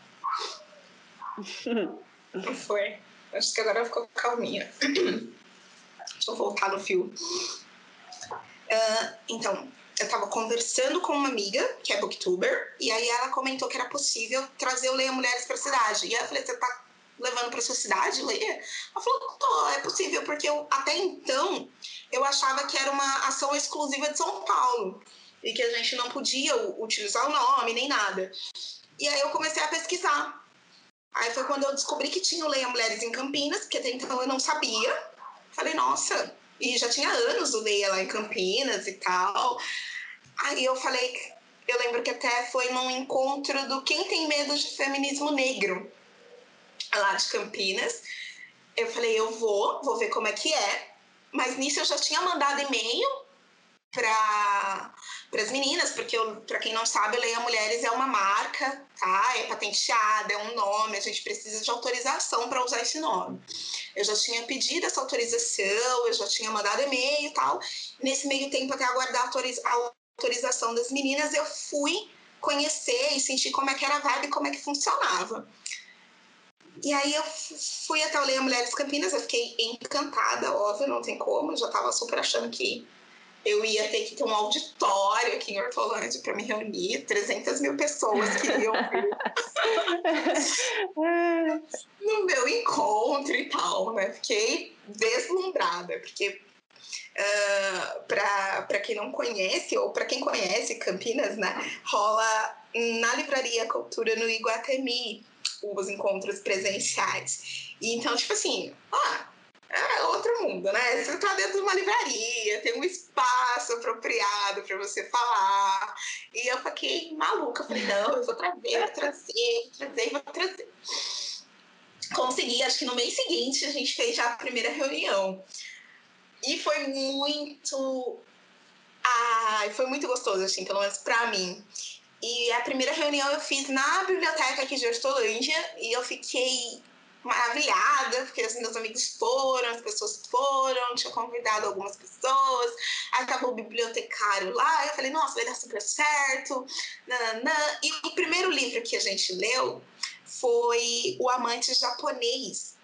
Não foi. Acho que agora ficou calminha. Deixa eu voltar no fio. Então, eu tava conversando com uma amiga, que é booktuber, e aí ela comentou que era possível trazer o Leia Mulheres pra cidade. E aí eu falei, você tá levando pra sua cidade, Leia? Ela falou, é possível, porque até então eu achava que era uma ação exclusiva de São Paulo e que a gente não podia utilizar o nome nem nada. E aí eu comecei a pesquisar. Aí foi quando eu descobri que tinha o Leia Mulheres em Campinas, porque até então eu não sabia. Falei, nossa, e já tinha anos o Leia lá em Campinas e tal. Aí eu falei, eu lembro que até foi num encontro do Quem Tem Medo de Feminismo Negro, lá de Campinas. Eu falei, eu vou ver como é que é. Mas nisso eu já tinha mandado e-mail para as meninas, porque para quem não sabe, Leia Mulheres é uma marca, tá? É patenteada, é um nome, a gente precisa de autorização para usar esse nome. Eu já tinha pedido essa autorização, eu já tinha mandado e-mail e tal. Nesse meio tempo, até aguardar a autorização das meninas, eu fui conhecer e sentir como é que era a vibe, como é que funcionava. E aí eu fui até o Leia Mulheres Campinas, eu fiquei encantada, óbvio, não tem como, eu já estava super achando que eu ia ter que ter um auditório aqui em Hortolândia para me reunir, 300 mil pessoas queriam vir no meu encontro e tal, né? Fiquei deslumbrada, porque Para quem não conhece, ou para quem conhece Campinas, né, rola na Livraria Cultura no Iguatemi os encontros presenciais. E então, tipo assim, é outro mundo, né? Você tá dentro de uma livraria, tem um espaço apropriado para você falar. E eu fiquei maluca, falei, não, eu vou trazer. Consegui, acho que no mês seguinte a gente fez já a primeira reunião. E foi muito gostoso, assim, pelo menos pra mim. E a primeira reunião eu fiz na biblioteca aqui de Hortolândia e eu fiquei maravilhada, porque os meus amigos foram, as pessoas foram, tinha convidado algumas pessoas, aí tava o bibliotecário lá, eu falei, nossa, vai dar super certo, nananã. E o primeiro livro que a gente leu foi O Amante Japonês,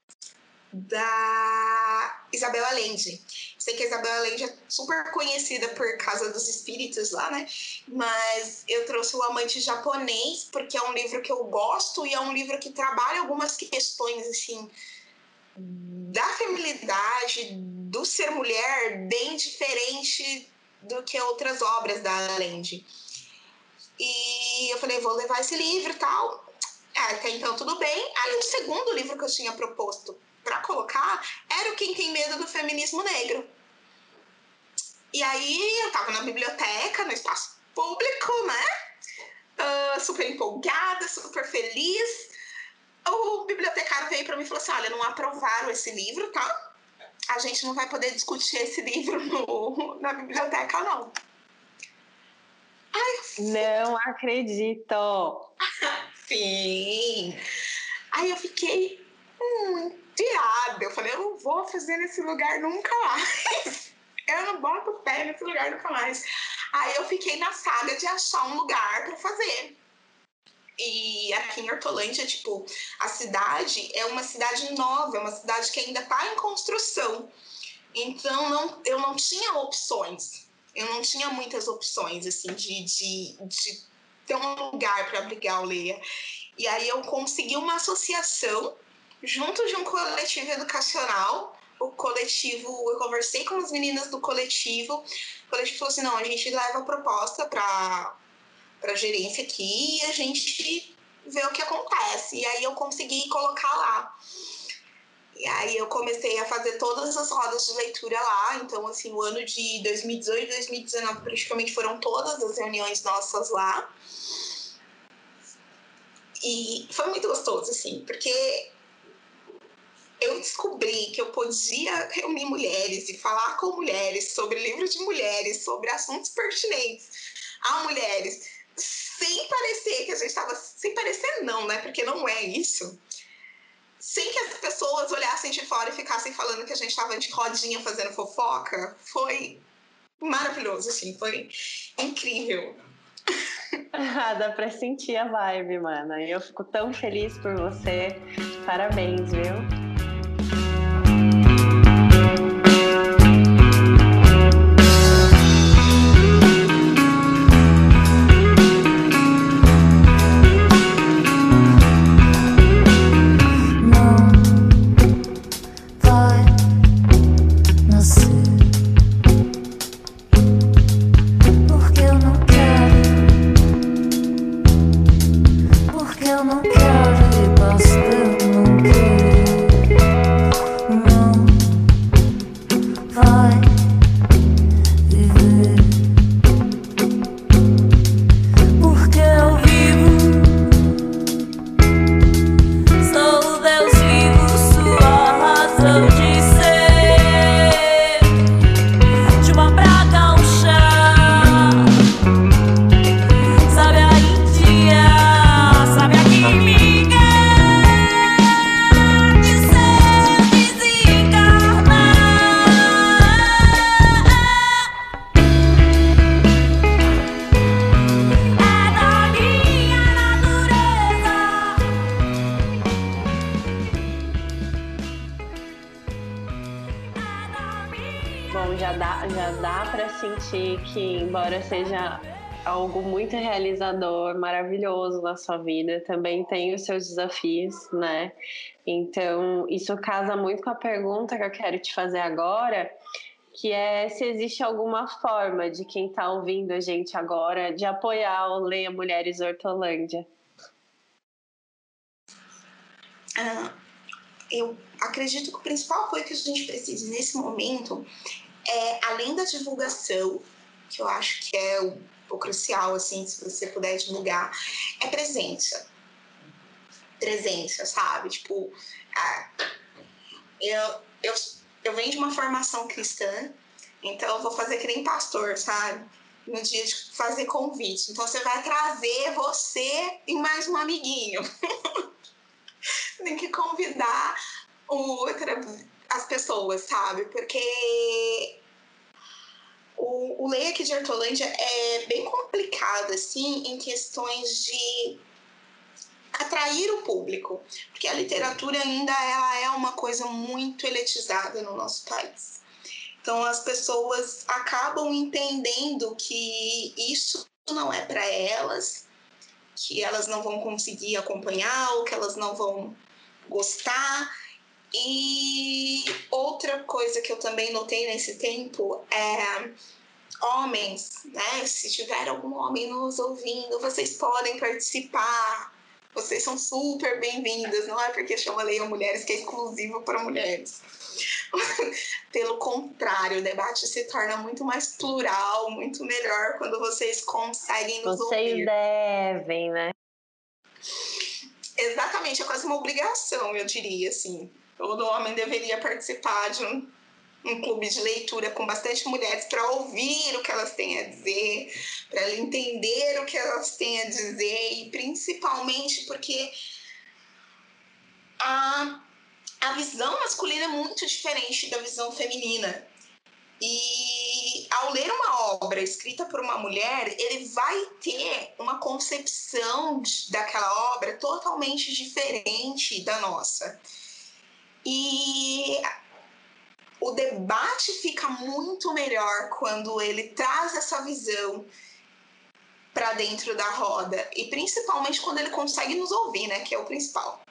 da Isabel Allende. Sei que a Isabel Allende é super conhecida por causa dos espíritos lá, né? Mas eu trouxe O Amante Japonês porque é um livro que eu gosto e é um livro que trabalha algumas questões, assim, da feminilidade, do ser mulher, bem diferente do que outras obras da Allende. E eu falei, vou levar esse livro e tal. Até então tudo bem. Aí o segundo livro que eu tinha proposto para colocar era o Quem Tem Medo do Feminismo Negro. E aí eu tava na biblioteca, no espaço público, né? Super empolgada, super feliz. O bibliotecário veio para mim e falou assim, olha, não aprovaram esse livro, tá? A gente não vai poder discutir esse livro na biblioteca, não. Não acredito! Sim! Aí eu fiquei muito irada. Eu falei, eu não vou fazer nesse lugar nunca mais. Eu não boto pé nesse lugar nunca mais. Aí eu fiquei na saga de achar um lugar para fazer. E aqui em Hortolândia, tipo, a cidade é uma cidade nova, é uma cidade que ainda está em construção. Então, eu não tinha opções. Eu não tinha muitas opções, assim, de ter um lugar para abrigar o Leia. E aí eu consegui uma associação junto de um coletivo educacional. O coletivo, eu conversei com as meninas do coletivo. O coletivo falou assim, não, a gente leva a proposta para a gerência aqui e a gente vê o que acontece. E aí eu consegui colocar lá. E aí eu comecei a fazer todas as rodas de leitura lá. Então, assim, o ano de 2018 e 2019 praticamente foram todas as reuniões nossas lá. E foi muito gostoso, assim, porque eu descobri que eu podia reunir mulheres e falar com mulheres sobre livros de mulheres, sobre assuntos pertinentes a mulheres, sem parecer que a gente estava... Sem parecer não, né? Porque não é isso. Sem que as pessoas olhassem de fora e ficassem falando que a gente estava de rodinha fazendo fofoca. Foi maravilhoso, assim, foi incrível. Dá pra sentir a vibe, mana. Eu fico tão feliz por você. Parabéns, viu? Já dá para sentir que, embora seja algo muito realizador, maravilhoso na sua vida, também tem os seus desafios, né? Então, isso casa muito com a pergunta que eu quero te fazer agora, que é se existe alguma forma de quem está ouvindo a gente agora de apoiar o Leia Mulheres Hortolândia. Eu acredito que o principal apoio que a gente precisa nesse momento é, além da divulgação, que eu acho que é o crucial, assim, se você puder divulgar, é presença. Presença, sabe? Tipo, eu venho de uma formação cristã, então eu vou fazer que nem pastor, sabe? No dia de fazer convite. Então você vai trazer você e mais um amiguinho. Tem que convidar as pessoas, sabe? Porque o Leia aqui de Hortolândia é bem complicado, assim, em questões de atrair o público, porque a literatura ainda ela é uma coisa muito elitizada no nosso país. Então as pessoas acabam entendendo que isso não é para elas, que elas não vão conseguir acompanhar ou que elas não vão gostar. E outra coisa que eu também notei nesse tempo é homens, né? Se tiver algum homem nos ouvindo, vocês podem participar. Vocês são super bem-vindas. Não é porque chama Leia Mulheres que é exclusivo para mulheres. Pelo contrário, o debate se torna muito mais plural, muito melhor quando vocês conseguem nos ouvir. Vocês devem, né? Exatamente, é quase uma obrigação, eu diria, assim. Todo homem deveria participar de um clube de leitura com bastante mulheres para ouvir o que elas têm a dizer, para entender o que elas têm a dizer, e principalmente porque a visão masculina é muito diferente da visão feminina. E ao ler uma obra escrita por uma mulher, ele vai ter uma concepção daquela obra totalmente diferente da nossa. E o debate fica muito melhor quando ele traz essa visão para dentro da roda. E principalmente quando ele consegue nos ouvir, né? Que é o principal.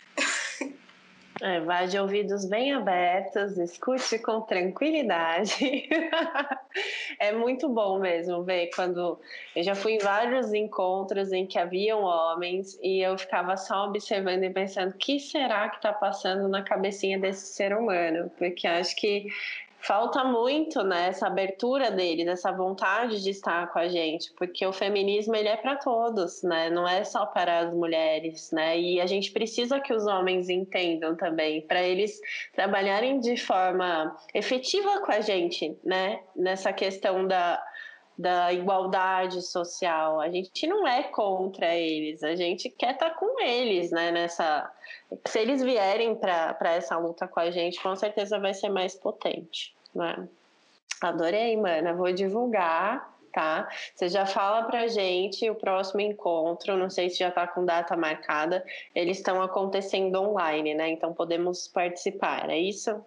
Vá de ouvidos bem abertos, escute com tranquilidade. É muito bom mesmo ver quando eu já fui em vários encontros em que haviam homens e eu ficava só observando e pensando o que será que está passando na cabecinha desse ser humano, porque acho que falta muito, né, essa abertura deles, essa vontade de estar com a gente, porque o feminismo ele é para todos, né, não é só para as mulheres, né, e a gente precisa que os homens entendam também, para eles trabalharem de forma efetiva com a gente, né, nessa questão da igualdade social. A gente não é contra eles, a gente quer estar com eles, né, se eles vierem para essa luta com a gente, com certeza vai ser mais potente, né? Adorei, mana, vou divulgar, tá? Você já fala pra gente o próximo encontro, não sei se já tá com data marcada, eles estão acontecendo online, né? Então podemos participar, é isso?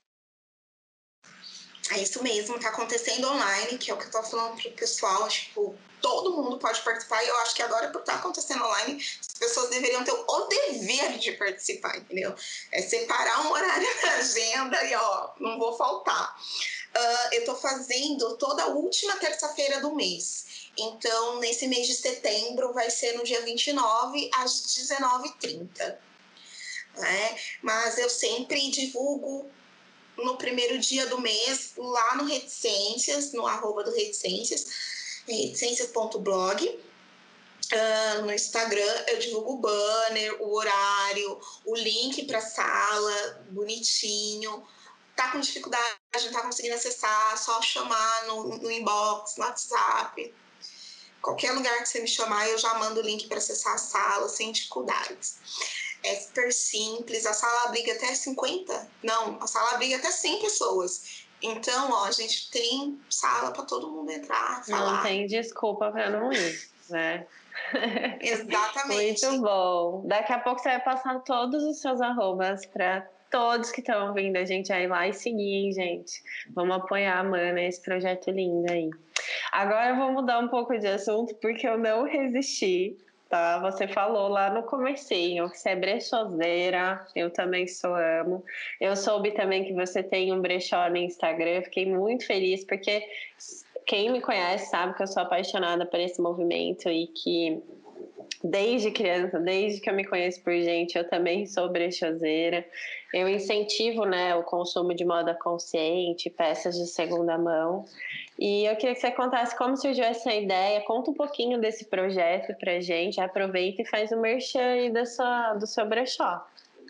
É isso mesmo, tá acontecendo online, que é o que eu tô falando pro pessoal, tipo, todo mundo pode participar, e eu acho que agora, por estar acontecendo online, as pessoas deveriam ter o dever de participar, entendeu? É separar um horário na agenda e, ó, não vou faltar. Eu tô fazendo toda a última terça-feira do mês, então, nesse mês de setembro, vai ser no dia 29, às 19h30, né? Mas eu sempre divulgo no primeiro dia do mês, lá no Reticências, no @ do Reticências, reticências.blog. No Instagram eu divulgo o banner, o horário, o link para a sala, bonitinho. Tá com dificuldade, não tá conseguindo acessar, só chamar no inbox, no WhatsApp. Qualquer lugar que você me chamar, eu já mando o link para acessar a sala sem dificuldades. É super simples, a sala abriga até 50, não, a sala abriga até 100 pessoas. Então, ó, a gente tem sala para todo mundo entrar, falar. Não tem desculpa para não ir, né? Exatamente. Muito bom. Daqui a pouco você vai passar todos os seus arrobas para todos que estão ouvindo a gente aí lá e seguir, hein, gente? Vamos apoiar a Mana, esse projeto lindo aí. Agora eu vou mudar um pouco de assunto porque eu não resisti tá? Você falou lá no comecinho que você é brechoseira, eu também amo. Eu soube também que você tem um brechó no Instagram, fiquei muito feliz, porque quem me conhece sabe que eu sou apaixonada por esse movimento e que desde criança, desde que eu me conheço por gente, eu também sou brechoseira. Eu incentivo, né, o consumo de moda consciente, peças de segunda mão. E eu queria que você contasse como surgiu essa ideia. Conta um pouquinho desse projeto pra gente. Aproveita e faz o merchan aí do seu brechó.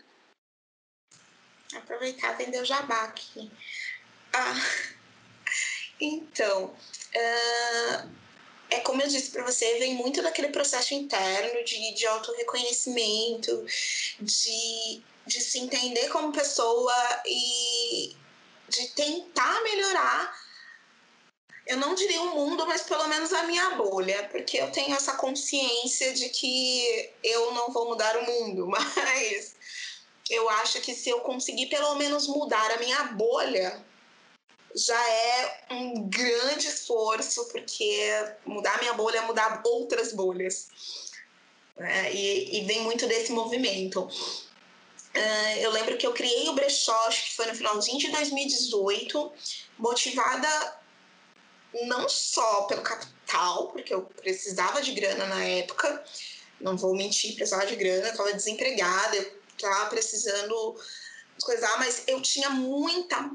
Aproveitar e vender o jabá aqui. Então, é como eu disse para você, vem muito daquele processo interno de autorreconhecimento, de se entender como pessoa e de tentar melhorar, eu não diria o mundo, mas pelo menos a minha bolha, porque eu tenho essa consciência de que eu não vou mudar o mundo, mas eu acho que se eu conseguir pelo menos mudar a minha bolha, já é um grande esforço, porque mudar minha bolha é mudar outras bolhas, né? E vem muito desse movimento. Eu lembro que eu criei o brechó, acho que foi no finalzinho de 2018, motivada não só pelo capital, porque eu precisava de grana na época, não vou mentir, precisava de grana, eu estava desempregada, eu estava precisando coisar, mas eu tinha muita,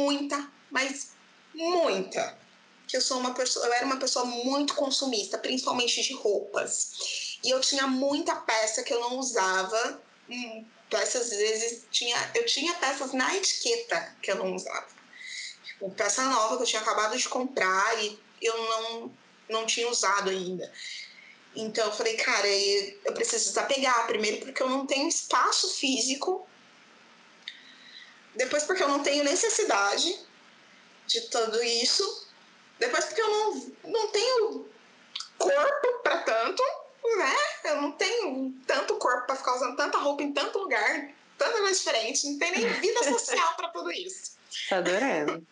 mas muita. Que eu era uma pessoa muito consumista, principalmente de roupas. E eu tinha muita peça que eu não usava. Peças, às vezes, eu tinha peças na etiqueta que eu não usava. Tipo, peça nova que eu tinha acabado de comprar e eu não tinha usado ainda. Então eu falei, cara, eu preciso desapegar. Primeiro porque eu não tenho espaço físico. Depois porque eu não tenho necessidade de tudo isso. Depois porque eu não tenho corpo para tanto, né? Eu não tenho tanto corpo para ficar usando tanta roupa em tanto lugar, tanta coisa diferente. Não tem nem vida social para tudo isso. Tô adorando.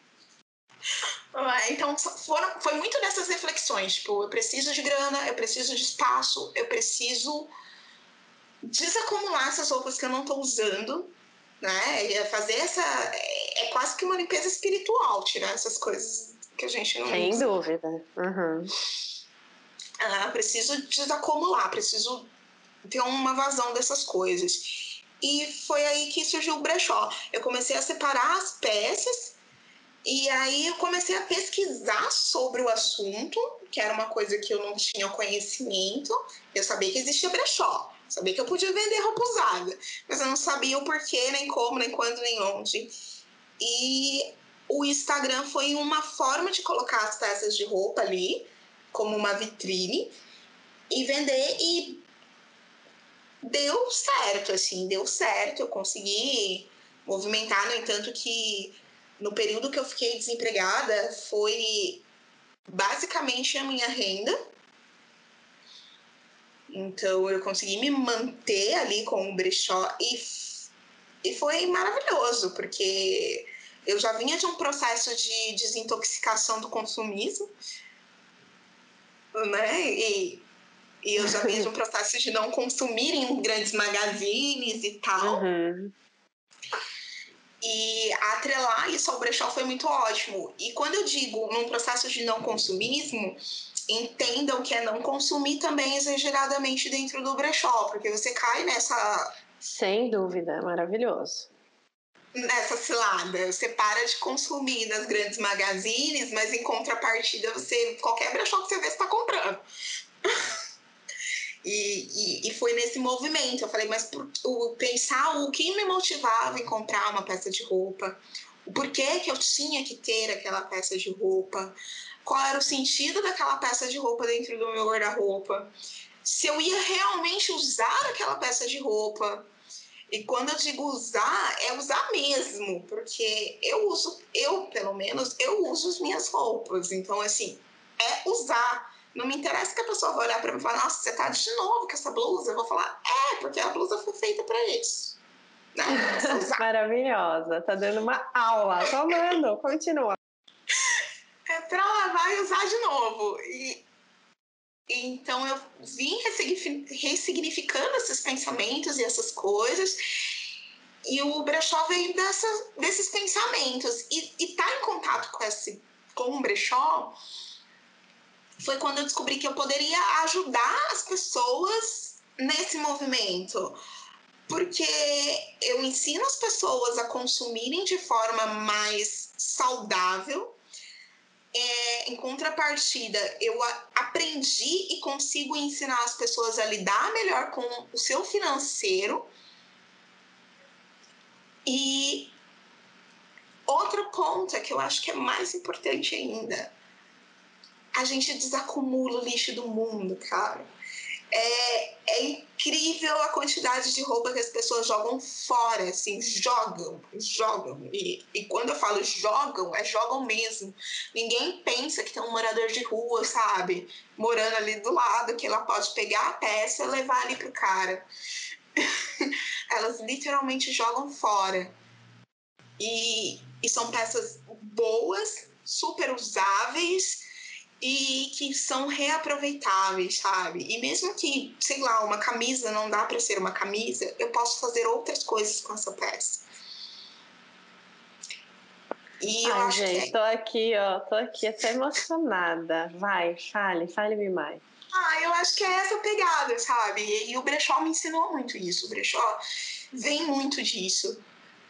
Então foi muito dessas reflexões, tipo, eu preciso de grana, eu preciso de espaço, eu preciso desacumular essas roupas que eu não tô usando, né? Fazer é quase que uma limpeza espiritual, tirar essas coisas que a gente não Sem usa. dúvida. Uhum. Preciso desacumular, preciso ter uma vazão dessas coisas. E foi aí que surgiu o brechó. Eu comecei a separar as peças e aí eu comecei a pesquisar sobre o assunto, que era uma coisa que eu não tinha conhecimento. Eu sabia que existia brechó, sabia que eu podia vender roupa usada, mas eu não sabia o porquê, nem como, nem quando, nem onde. E o Instagram foi uma forma de colocar as peças de roupa ali, como uma vitrine, e vender, e deu certo, assim, deu certo. Eu consegui movimentar, no entanto que no período que eu fiquei desempregada foi basicamente a minha renda. Então eu consegui me manter ali com o brechó e foi maravilhoso, porque eu já vinha de um processo de desintoxicação do consumismo, né? E eu já vinha de um processo de não consumir em grandes magazines e tal. Uhum. E atrelar isso ao brechó foi muito ótimo. E quando eu digo num processo de não consumismo, entendam que é não consumir também exageradamente dentro do brechó, porque você cai nessa... Sem dúvida, maravilhoso. Nessa cilada. Você para de consumir nas grandes magazines, mas em contrapartida, qualquer brechó que você vê, você está comprando. E foi nesse movimento. Eu falei, mas pensar o que me motivava em comprar uma peça de roupa, o porquê que eu tinha que ter aquela peça de roupa, qual era o sentido daquela peça de roupa dentro do meu guarda-roupa, se eu ia realmente usar aquela peça de roupa. E quando eu digo usar, é usar mesmo, porque pelo menos, eu uso as minhas roupas. Então, assim, é usar. Não me interessa que a pessoa vai olhar para mim e falar, nossa, você tá de novo com essa blusa? Eu vou falar, porque a blusa foi feita para isso. Né? Maravilhosa, tá dando uma aula. Tomando, continua. É para lavar e usar de novo. Então eu vim ressignificando esses pensamentos e essas coisas, e o brechó veio desses pensamentos. E tá em contato com o brechó foi quando eu descobri que eu poderia ajudar as pessoas nesse movimento. Porque eu ensino as pessoas a consumirem de forma mais saudável. Em contrapartida, eu aprendi e consigo ensinar as pessoas a lidar melhor com o seu financeiro. E outro ponto que eu acho que é mais importante ainda, a gente desacumula o lixo do mundo, cara. É incrível a quantidade de roupa que as pessoas jogam fora, assim, jogam. E quando eu falo jogam mesmo. Ninguém pensa que tem um morador de rua, sabe? Morando ali do lado, que ela pode pegar a peça e levar ali pro cara. Elas literalmente jogam fora. E são peças boas, super usáveis, e que são reaproveitáveis, sabe? E mesmo que, sei lá, uma camisa não dá para ser uma camisa, eu posso fazer outras coisas com essa peça. E eu acho gente, que tô aqui até emocionada. Vai, fale-me mais. Eu acho que é essa pegada, sabe? E o brechó me ensinou muito isso. O brechó vem muito disso.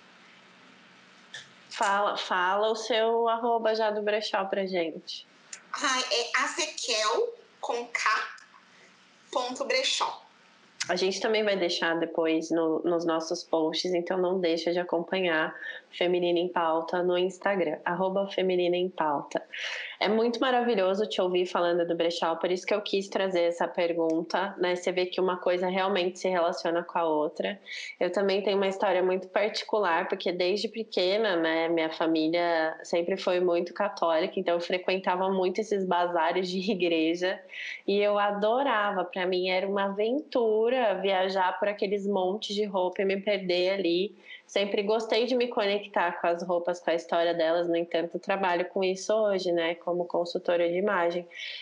Fala o seu @ já do brechó pra gente. É Azequel com K.brechó. A gente também vai deixar depois nos nossos posts, então não deixa de acompanhar Feminina em Pauta no Instagram, @Feminina em Pauta. É muito maravilhoso te ouvir falando do brechó, por isso que eu quis trazer essa pergunta, né? Você vê que uma coisa realmente se relaciona com a outra. Eu também tenho uma história muito particular, porque desde pequena, né, minha família sempre foi muito católica, então eu frequentava muito esses bazares de igreja e eu adorava. Para mim era uma aventura viajar por aqueles montes de roupa e me perder ali. Sempre gostei de me conectar com as roupas, com a história delas, no entanto, trabalho com isso hoje, né, como consultora de imagem.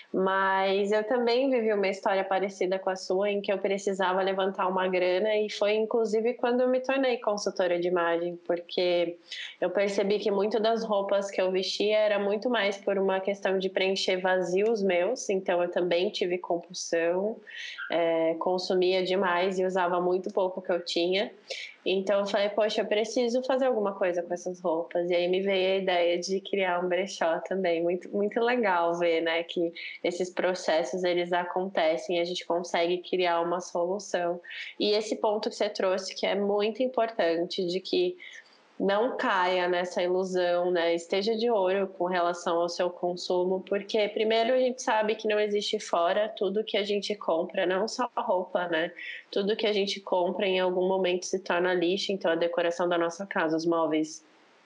Mas eu também vivi uma história parecida com a sua, em que eu precisava levantar uma grana, e foi inclusive quando eu me tornei consultora de imagem, porque eu percebi que muito das roupas que eu vestia era muito mais por uma questão de preencher vazios meus, então eu também tive compulsão, consumia demais e usava muito pouco que eu tinha. Então eu falei, poxa, eu preciso fazer alguma coisa com essas roupas. E aí me veio a ideia de criar um brechó também. Muito, muito legal ver, né, que esses processos eles acontecem e a gente consegue criar uma solução. E esse ponto que você trouxe, que é muito importante, de que não caia nessa ilusão, né? Esteja de olho com relação ao seu consumo, porque primeiro a gente sabe que não existe fora tudo que a gente compra, não só a roupa, né? Tudo que a gente compra em algum momento se torna lixo, então a decoração da nossa casa, os móveis,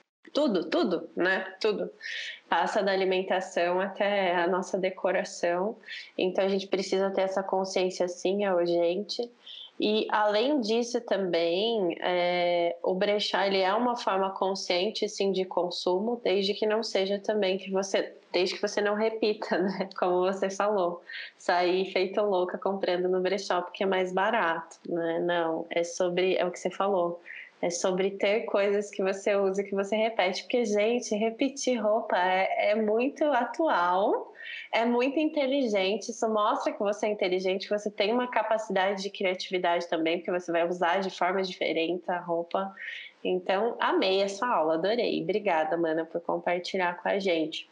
tudo, né? Tudo. Passa da alimentação até a nossa decoração, então a gente precisa ter essa consciência, sim, é urgente. E além disso também, o brechó ele é uma forma consciente, sim, de consumo, desde que não seja também desde que você não repita, né? Como você falou, sair feito louca comprando no brechó porque é mais barato, né? Não, é o que você falou. É sobre ter coisas que você usa e que você repete. Porque, gente, repetir roupa é muito atual, é muito inteligente. Isso mostra que você é inteligente, que você tem uma capacidade de criatividade também, porque você vai usar de forma diferente a roupa. Então, amei essa aula, adorei. Obrigada, Mana, por compartilhar com a gente.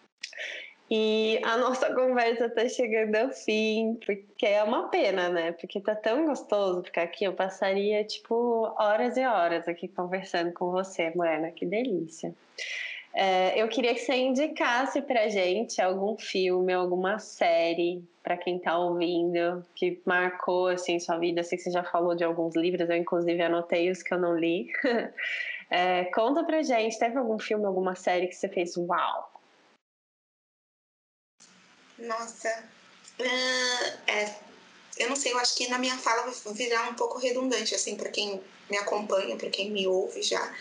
E a nossa conversa tá chegando ao fim, porque é uma pena, né? Porque tá tão gostoso ficar aqui. Eu passaria, horas e horas aqui conversando com você, Moana. Que delícia. Eu queria que você indicasse pra gente algum filme, alguma série, pra quem tá ouvindo, que marcou, assim, sua vida. Eu sei que você já falou de alguns livros, eu inclusive anotei os que eu não li. Conta pra gente, teve algum filme, alguma série que você fez uau? Nossa, eu não sei, eu acho que na minha fala vai virar um pouco redundante, assim, para quem me acompanha, para quem me ouve já.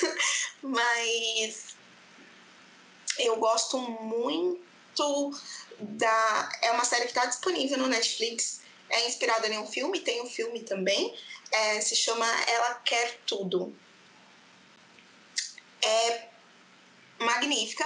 Mas eu gosto muito É uma série que está disponível no Netflix. É inspirada em um filme, tem um filme também. Se chama Ela Quer Tudo. É magnífica.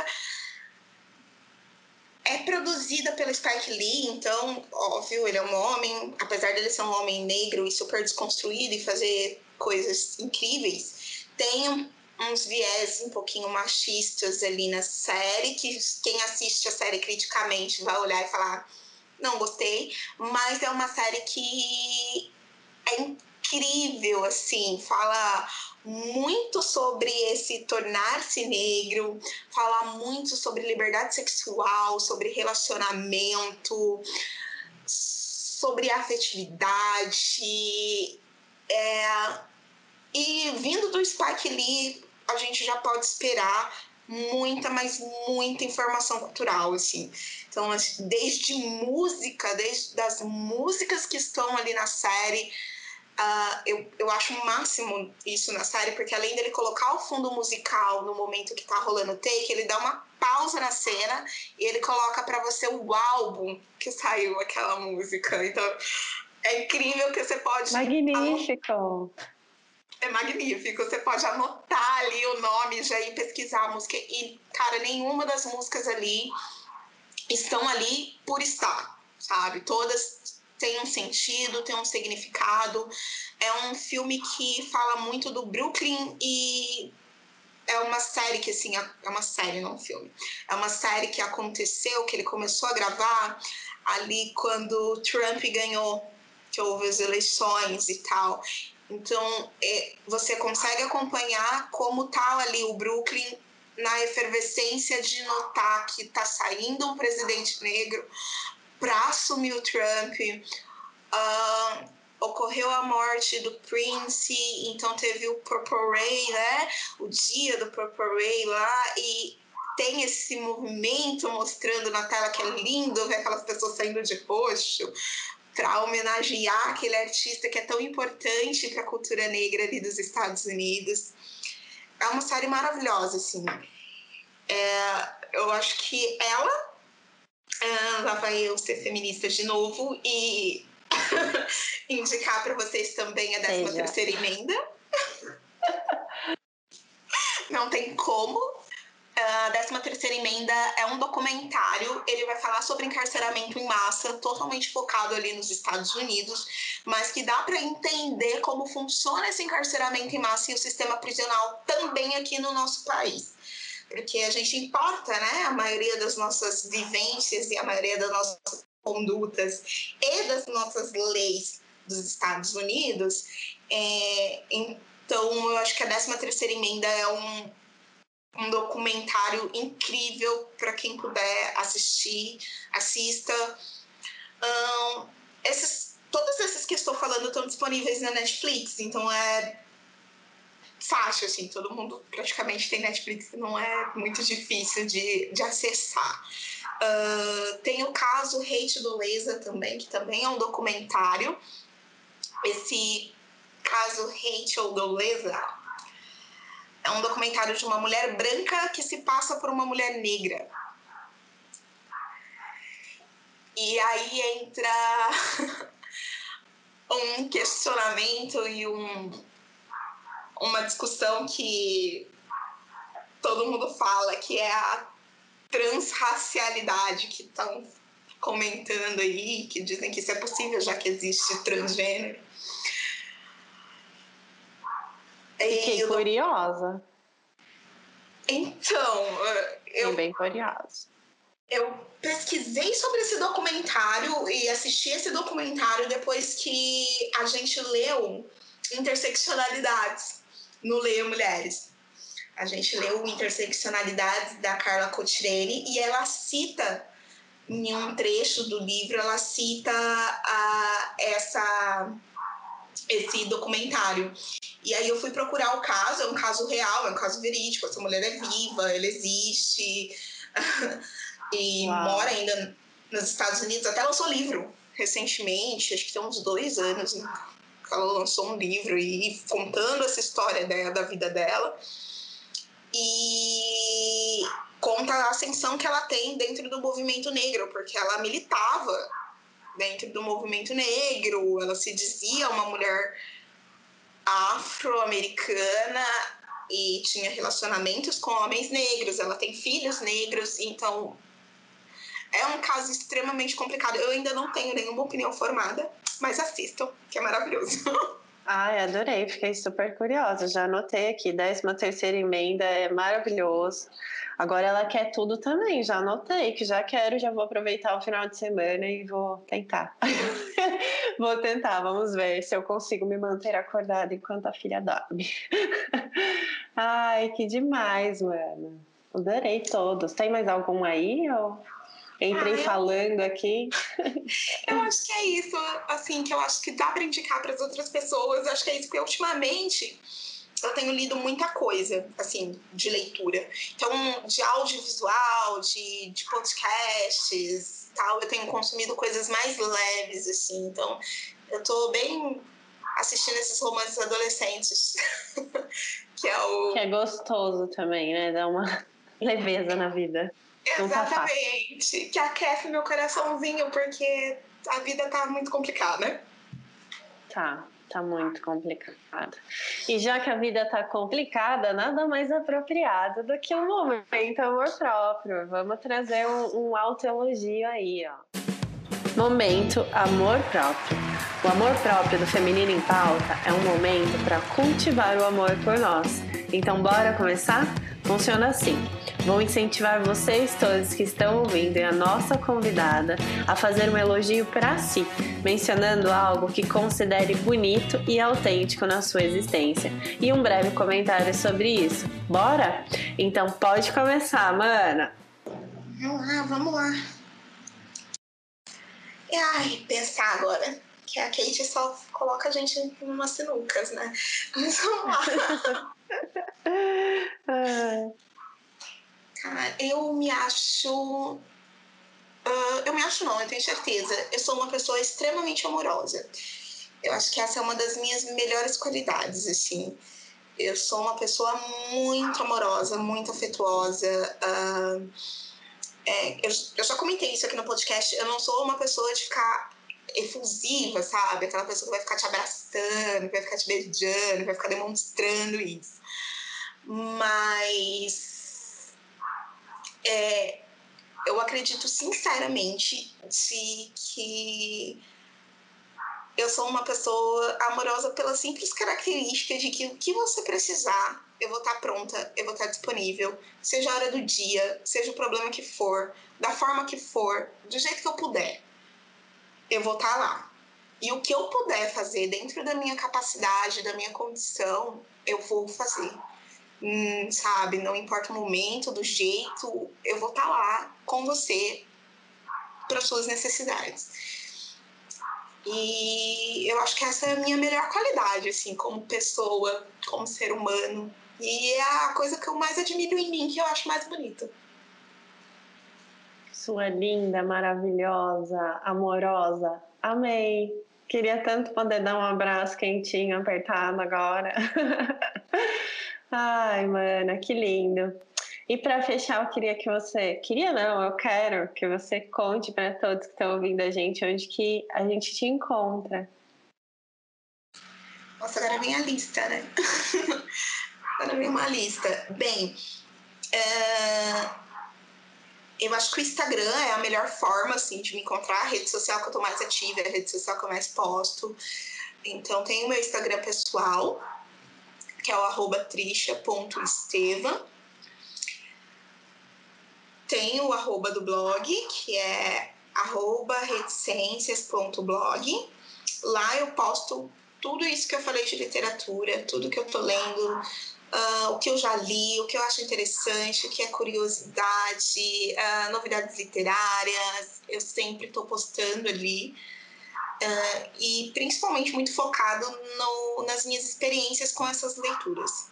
É produzida pelo Spike Lee, então, óbvio, ele é um homem, apesar dele ser um homem negro e super desconstruído e fazer coisas incríveis, tem uns viés um pouquinho machistas ali na série, que quem assiste a série criticamente vai olhar e falar, não gostei, mas é uma série que é incrível, assim, fala muito sobre esse tornar-se negro, fala muito sobre liberdade sexual, sobre relacionamento, sobre afetividade. E vindo do Spike Lee, a gente já pode esperar muita, mas muita informação cultural, assim. Então, desde música, desde as músicas que estão ali na série, eu acho o máximo isso na série, porque além dele colocar o fundo musical no momento que tá rolando o take, ele dá uma pausa na cena e ele coloca pra você o álbum que saiu aquela música. Então, é incrível que você pode... Magnífico! É magnífico, você pode anotar ali o nome, já ir pesquisar a música. E, cara, nenhuma das músicas ali estão ali por estar, sabe? Todas têm um sentido, têm um significado. É um filme que fala muito do Brooklyn e é uma série que, assim, é uma série, não um filme. É uma série que aconteceu, que ele começou a gravar ali quando Trump ganhou, que houve as eleições e tal. Então, você consegue acompanhar como tá ali o Brooklyn na efervescência de notar que tá saindo um presidente negro para assumir o Trump. Ocorreu a morte do Prince, então teve o Purple Rain, né? O dia do Purple Rain lá, e tem esse movimento mostrando na tela que é lindo ver aquelas pessoas saindo de roxo para homenagear aquele artista que é tão importante para a cultura negra ali dos Estados Unidos. É uma série maravilhosa, assim. Eu acho que lá vai eu ser feminista de novo e indicar para vocês também a 13ª emenda. Não tem como. A 13ª emenda é um documentário, ele vai falar sobre encarceramento em massa, totalmente focado ali nos Estados Unidos, mas que dá para entender como funciona esse encarceramento em massa e o sistema prisional também aqui no nosso país. Porque a gente importa, né, a maioria das nossas vivências e a maioria das nossas condutas e das nossas leis dos Estados Unidos. Então, eu acho que a 13ª emenda é um documentário incrível para quem puder assistir, assista. Todas essas que estou falando estão disponíveis na Netflix, então é fácil, assim, todo mundo praticamente tem Netflix, não é muito difícil de acessar. Tem o caso Hate Doleza também, que também é um documentário. Esse caso Hate Doleza é um documentário de uma mulher branca que se passa por uma mulher negra. E aí entra um questionamento e uma discussão que todo mundo fala, que é a transracialidade, que estão comentando aí, que dizem que isso é possível, já que existe transgênero. Fiquei curiosa. Então, Fiquei bem curiosa. Eu pesquisei sobre esse documentário e assisti esse documentário depois que a gente leu Interseccionalidades no Leia Mulheres. A gente leu Interseccionalidades da Carla Cotirene e ela cita, em um trecho do livro, ela cita esse documentário. E aí eu fui procurar o caso, é um caso real, é um caso verídico, essa mulher é viva, ela existe e mora ainda nos Estados Unidos, até lançou livro recentemente, acho que tem uns 2 anos, né? Ela lançou um livro e contando essa história da vida dela. E conta tanta ascensão que ela tem dentro do movimento negro, porque ela militava dentro do movimento negro, ela se dizia uma mulher afro-americana e tinha relacionamentos com homens negros, ela tem filhos negros, então é um caso extremamente complicado. Eu ainda não tenho nenhuma opinião formada, mas assistam, que é maravilhoso. Ai, adorei, fiquei super curiosa. Já anotei aqui, 13ª emenda é maravilhoso. Agora ela quer tudo também, já anotei, que já quero, já vou aproveitar o final de semana e vou tentar. Vou tentar, vamos ver se eu consigo me manter acordada enquanto a filha dorme. Ai, que demais, mano. Adorei todos. Tem mais algum aí? Eu entrei falando aqui. Eu acho que é isso, assim, que eu acho que dá para indicar para as outras pessoas. Acho que é isso, porque ultimamente eu tenho lido muita coisa, assim, de leitura. Então, de audiovisual, de podcasts, tal, eu tenho consumido coisas mais leves, assim. Então, eu tô bem assistindo esses romances adolescentes, que é o... Que é gostoso também, né? Dá uma leveza na vida. Exatamente, que aquece meu coraçãozinho, porque a vida tá muito complicada. Tá muito complicada. E já que a vida tá complicada, nada mais apropriado do que um momento amor próprio. Vamos trazer um autoelogio aí, ó. Momento amor próprio. O amor próprio do Feminino em Pauta é um momento para cultivar o amor por nós. Então, bora começar? Funciona assim. Vou incentivar vocês todos que estão ouvindo e a nossa convidada a fazer um elogio para si, mencionando algo que considere bonito e autêntico na sua existência. E um breve comentário sobre isso. Bora? Então pode começar, mana! Vamos lá. Ai, pensar agora, que a Kate só coloca a gente em umas sinucas, né? Mas vamos lá. Cara, eu me acho não, eu tenho certeza. Eu sou uma pessoa extremamente amorosa. Eu acho que essa é uma das minhas melhores qualidades, assim. Eu sou uma pessoa muito amorosa, muito afetuosa. Eu já comentei isso aqui no podcast. Eu não sou uma pessoa de ficar efusiva, sabe? Aquela pessoa que vai ficar te abraçando, que vai ficar te beijando, que vai ficar demonstrando isso. Mas eu acredito sinceramente que eu sou uma pessoa amorosa pela simples característica de que o que você precisar, eu vou estar pronta, eu vou estar disponível, seja a hora do dia, seja o problema que for, da forma que for, do jeito que eu puder, eu vou estar lá. E o que eu puder fazer dentro da minha capacidade, da minha condição, eu vou fazer. Sabe, não importa o momento, do jeito, eu vou estar lá com você para suas necessidades. E eu acho que essa é a minha melhor qualidade, assim, como pessoa, como ser humano. E é a coisa que eu mais admiro em mim, que eu acho mais bonita. Sua linda, maravilhosa, amorosa. Amei. Queria tanto poder dar um abraço quentinho, apertado agora. Ai, mana, que lindo. E para fechar, eu queria que você... Queria não, eu quero que você conte para todos que estão ouvindo a gente onde que a gente te encontra. Nossa, agora vem a lista, né? Agora vem uma lista. Bem, eu acho que o Instagram é a melhor forma, assim, de me encontrar. A rede social que eu tô mais ativa, é a rede social que eu mais posto. Então, tem o meu Instagram pessoal, que é o @trisha.esteva. Tem o @ do blog, que é @reticências.blog. Lá eu posto tudo isso que eu falei de literatura, tudo que eu tô lendo, o que eu já li, o que eu acho interessante, o que é curiosidade, novidades literárias. Eu sempre tô postando ali. E principalmente muito focado nas minhas experiências com essas leituras.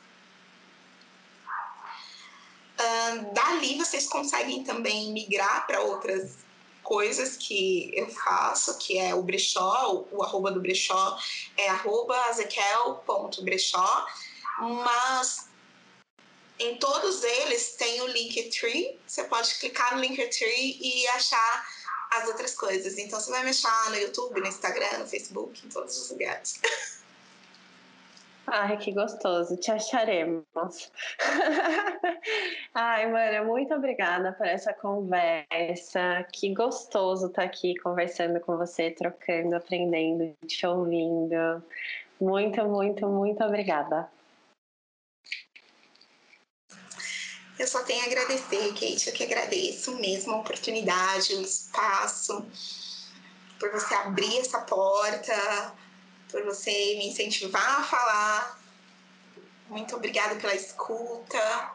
Dali vocês conseguem também migrar para outras coisas que eu faço, que é o brechó, o @ do brechó é @azequel.brechó, mas em todos eles tem o Linktree. Você pode clicar no Linktree e achar as outras coisas. Então você vai me achar no YouTube, no Instagram, no Facebook, em todos os lugares. Ai, que gostoso, te acharemos. Ai, Mana, muito obrigada por essa conversa. Que gostoso estar aqui conversando com você, trocando, aprendendo, te ouvindo. Muito, muito, muito obrigada. Eu só tenho a agradecer, Kate. Eu que agradeço mesmo a oportunidade, o espaço, por você abrir essa porta, por você me incentivar a falar. Muito obrigada pela escuta.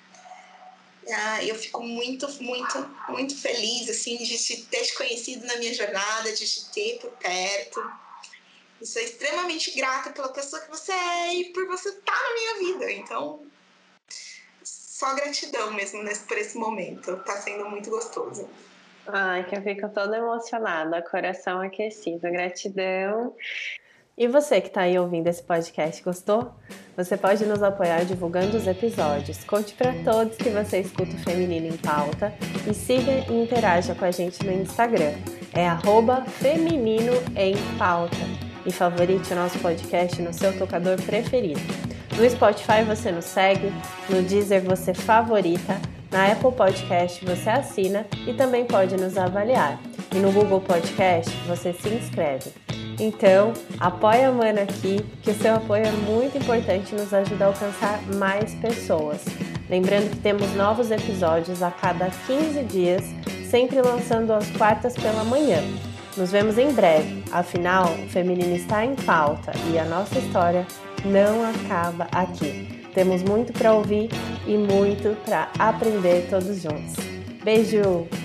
Eu fico muito, muito, muito feliz assim, de ter te conhecido na minha jornada, de te ter por perto. E sou extremamente grata pela pessoa que você é e por você estar na minha vida. Então, só gratidão mesmo por esse momento. Tá sendo muito gostoso. Ai, que eu fico toda emocionada, coração aquecido, gratidão. E você que está aí ouvindo esse podcast, gostou? Você pode nos apoiar divulgando os episódios. Conte para todos que você escuta o Feminino em Pauta e siga e interaja com a gente no Instagram. É @femininoempauta. E favorite o nosso podcast no seu tocador preferido. No Spotify você nos segue, no Deezer você favorita, na Apple Podcast você assina e também pode nos avaliar. E no Google Podcast você se inscreve. Então, apoia a Mana aqui, que o seu apoio é muito importante e nos ajuda a alcançar mais pessoas. Lembrando que temos novos episódios a cada 15 dias, sempre lançando às quartas pela manhã. Nos vemos em breve, afinal, o feminino está em pauta e a nossa história não acaba aqui. Temos muito para ouvir e muito para aprender todos juntos. Beijo!